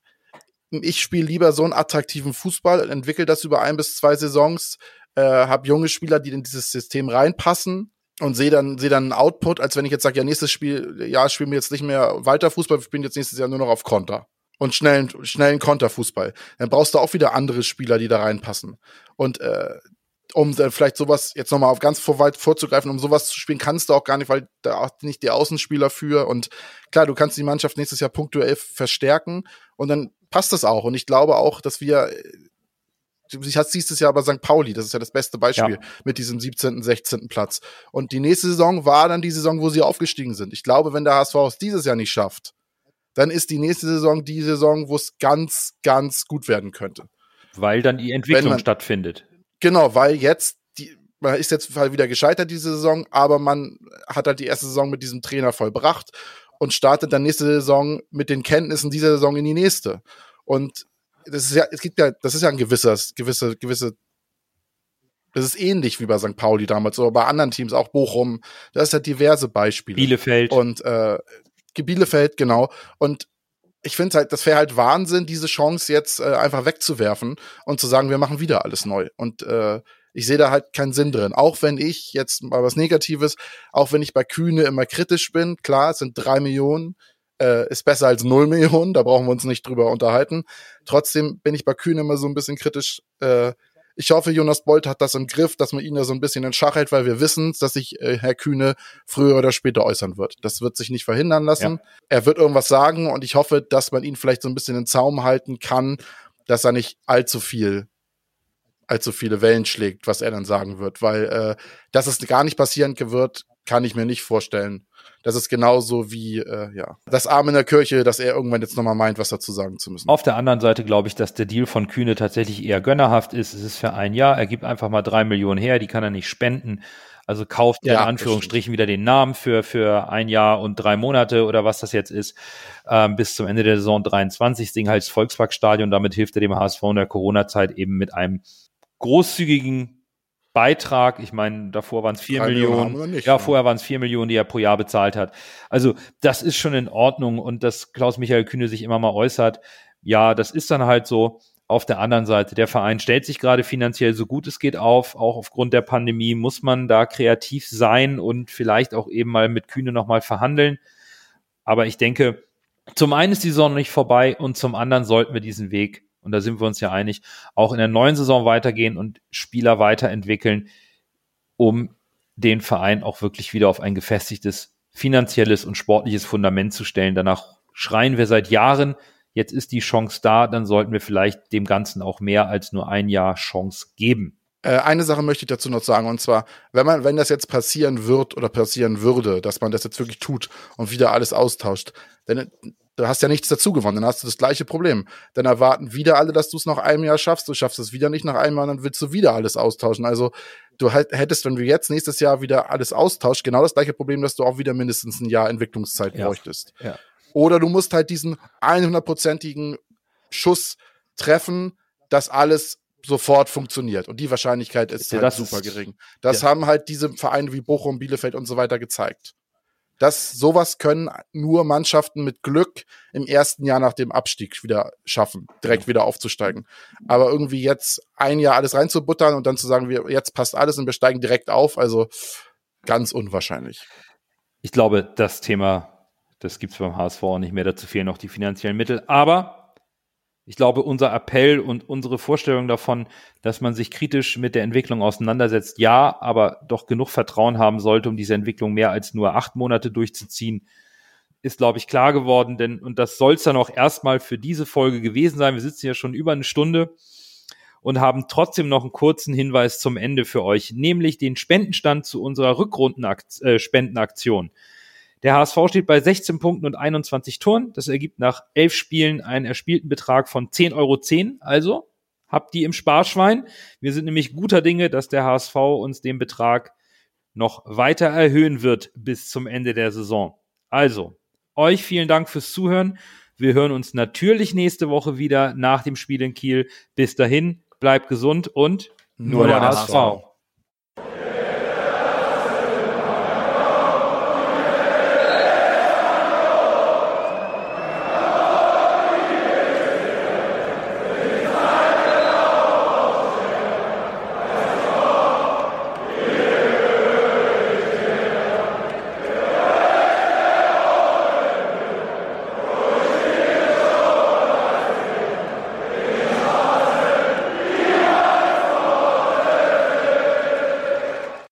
ich spiele lieber so einen attraktiven Fußball, entwickle das über ein bis zwei Saisons, äh, habe junge Spieler, die in dieses System reinpassen und sehe dann, sehe dann einen Output, als wenn ich jetzt sage, ja, nächstes Spiel, ja, spielen wir jetzt nicht mehr Walter-Fußball, wir spielen jetzt nächstes Jahr nur noch auf Konter. Und schnellen, schnellen Konterfußball. Dann brauchst du auch wieder andere Spieler, die da reinpassen. Und äh, um dann vielleicht sowas jetzt nochmal auf ganz vor weit vorzugreifen, um sowas zu spielen, kannst du auch gar nicht, weil da auch nicht die Außenspieler für. Und klar, du kannst die Mannschaft nächstes Jahr punktuell verstärken und dann passt das auch. Und ich glaube auch, dass wir, du siehst es ja bei Sankt Pauli, das ist ja das beste Beispiel, ja, mit diesem siebzehnten, sechzehnten Platz. Und die nächste Saison war dann die Saison, wo sie aufgestiegen sind. Ich glaube, wenn der H S V es dieses Jahr nicht schafft, dann ist die nächste Saison die Saison, wo es ganz, ganz gut werden könnte. Weil dann die Entwicklung man, stattfindet. Genau, weil jetzt, die, man ist jetzt halt wieder gescheitert diese Saison, aber man hat halt die erste Saison mit diesem Trainer vollbracht und startet dann nächste Saison mit den Kenntnissen dieser Saison in die nächste. Und das ist ja, es gibt ja, das ist ja ein gewisses, gewisse, gewisse, das ist ähnlich wie bei Sankt Pauli damals, oder bei anderen Teams, auch Bochum, da ist ja diverse Beispiele. Bielefeld. Und, äh, Bielefeld, genau. Und ich finde halt, das wäre halt Wahnsinn, diese Chance jetzt äh, einfach wegzuwerfen und zu sagen, wir machen wieder alles neu. Und äh, ich sehe da halt keinen Sinn drin. Auch wenn ich jetzt mal was Negatives, auch wenn ich bei Kühne immer kritisch bin, klar, es sind drei Millionen, äh, ist besser als null Millionen, da brauchen wir uns nicht drüber unterhalten. Trotzdem bin ich bei Kühne immer so ein bisschen kritisch. Äh, ich hoffe, Jonas Bolt hat das im Griff, dass man ihn da so ein bisschen in Schach hält, weil wir wissen, dass sich äh, Herr Kühne früher oder später äußern wird. Das wird sich nicht verhindern lassen. Ja. Er wird irgendwas sagen und ich hoffe, dass man ihn vielleicht so ein bisschen in Zaum halten kann, dass er nicht allzu viel, allzu viele Wellen schlägt, was er dann sagen wird. Weil, äh, dass es gar nicht passieren wird, kann ich mir nicht vorstellen. Das ist genauso wie äh, ja das Arm in der Kirche, dass er irgendwann jetzt nochmal meint, was dazu sagen zu müssen. Auf der anderen Seite glaube ich, dass der Deal von Kühne tatsächlich eher gönnerhaft ist. Es ist für ein Jahr, er gibt einfach mal drei Millionen her, die kann er nicht spenden. Also kauft er ja, in Anführungsstrichen wieder den Namen für für ein Jahr und drei Monate oder was das jetzt ist, ähm, bis zum Ende der Saison dreiundzwanzig. Das Ding heißt Volksparkstadion, damit hilft er dem H S V in der Corona-Zeit eben mit einem großzügigen Beitrag, ich meine, davor waren es vier Millionen, Millionen nicht, ja, ja, vorher waren es vier Millionen, die er pro Jahr bezahlt hat. Also das ist schon in Ordnung und dass Klaus-Michael Kühne sich immer mal äußert, ja, das ist dann halt so. Auf der anderen Seite, der Verein stellt sich gerade finanziell so gut es geht auf, auch aufgrund der Pandemie muss man da kreativ sein und vielleicht auch eben mal mit Kühne nochmal verhandeln. Aber ich denke, zum einen ist die Saison noch nicht vorbei und zum anderen sollten wir diesen Weg, und da sind wir uns ja einig, auch in der neuen Saison weitergehen und Spieler weiterentwickeln, um den Verein auch wirklich wieder auf ein gefestigtes finanzielles und sportliches Fundament zu stellen. Danach schreien wir seit Jahren, jetzt ist die Chance da, dann sollten wir vielleicht dem Ganzen auch mehr als nur ein Jahr Chance geben. Äh, eine Sache möchte ich dazu noch sagen, und zwar, wenn man, wenn das jetzt passieren wird oder passieren würde, dass man das jetzt wirklich tut und wieder alles austauscht, dann du hast ja nichts dazu gewonnen, dann hast du das gleiche Problem. Dann erwarten wieder alle, dass du es nach einem Jahr schaffst, du schaffst es wieder nicht nach einem Jahr, dann willst du wieder alles austauschen. Also du hättest, wenn du jetzt nächstes Jahr wieder alles austauscht, genau das gleiche Problem, dass du auch wieder mindestens ein Jahr Entwicklungszeit ja. bräuchtest. Ja. Oder du musst halt diesen hundertprozentigen Schuss treffen, dass alles sofort funktioniert. Und die Wahrscheinlichkeit ist ja, halt super ist, gering. Das ja. haben halt diese Vereine wie Bochum, Bielefeld und so weiter gezeigt. Das, sowas können nur Mannschaften mit Glück im ersten Jahr nach dem Abstieg wieder schaffen, direkt wieder aufzusteigen. Aber irgendwie jetzt ein Jahr alles reinzubuttern und dann zu sagen, wir, jetzt passt alles und wir steigen direkt auf, also ganz unwahrscheinlich. Ich glaube, das Thema, das gibt's beim H S V auch nicht mehr, dazu fehlen noch die finanziellen Mittel, aber ich glaube, unser Appell und unsere Vorstellung davon, dass man sich kritisch mit der Entwicklung auseinandersetzt, ja, aber doch genug Vertrauen haben sollte, um diese Entwicklung mehr als nur acht Monate durchzuziehen, ist, glaube ich, klar geworden. Denn, und das soll es dann auch erstmal für diese Folge gewesen sein. Wir sitzen ja schon über eine Stunde und haben trotzdem noch einen kurzen Hinweis zum Ende für euch, nämlich den Spendenstand zu unserer Rückrunden-Spendenaktion. Der H S V steht bei sechzehn Punkten und einundzwanzig Toren. Das ergibt nach elf Spielen einen erspielten Betrag von zehn Euro zehn. Also habt die im Sparschwein. Wir sind nämlich guter Dinge, dass der H S V uns den Betrag noch weiter erhöhen wird bis zum Ende der Saison. Also, euch vielen Dank fürs Zuhören. Wir hören uns natürlich nächste Woche wieder nach dem Spiel in Kiel. Bis dahin, bleibt gesund und nur, nur der H S V.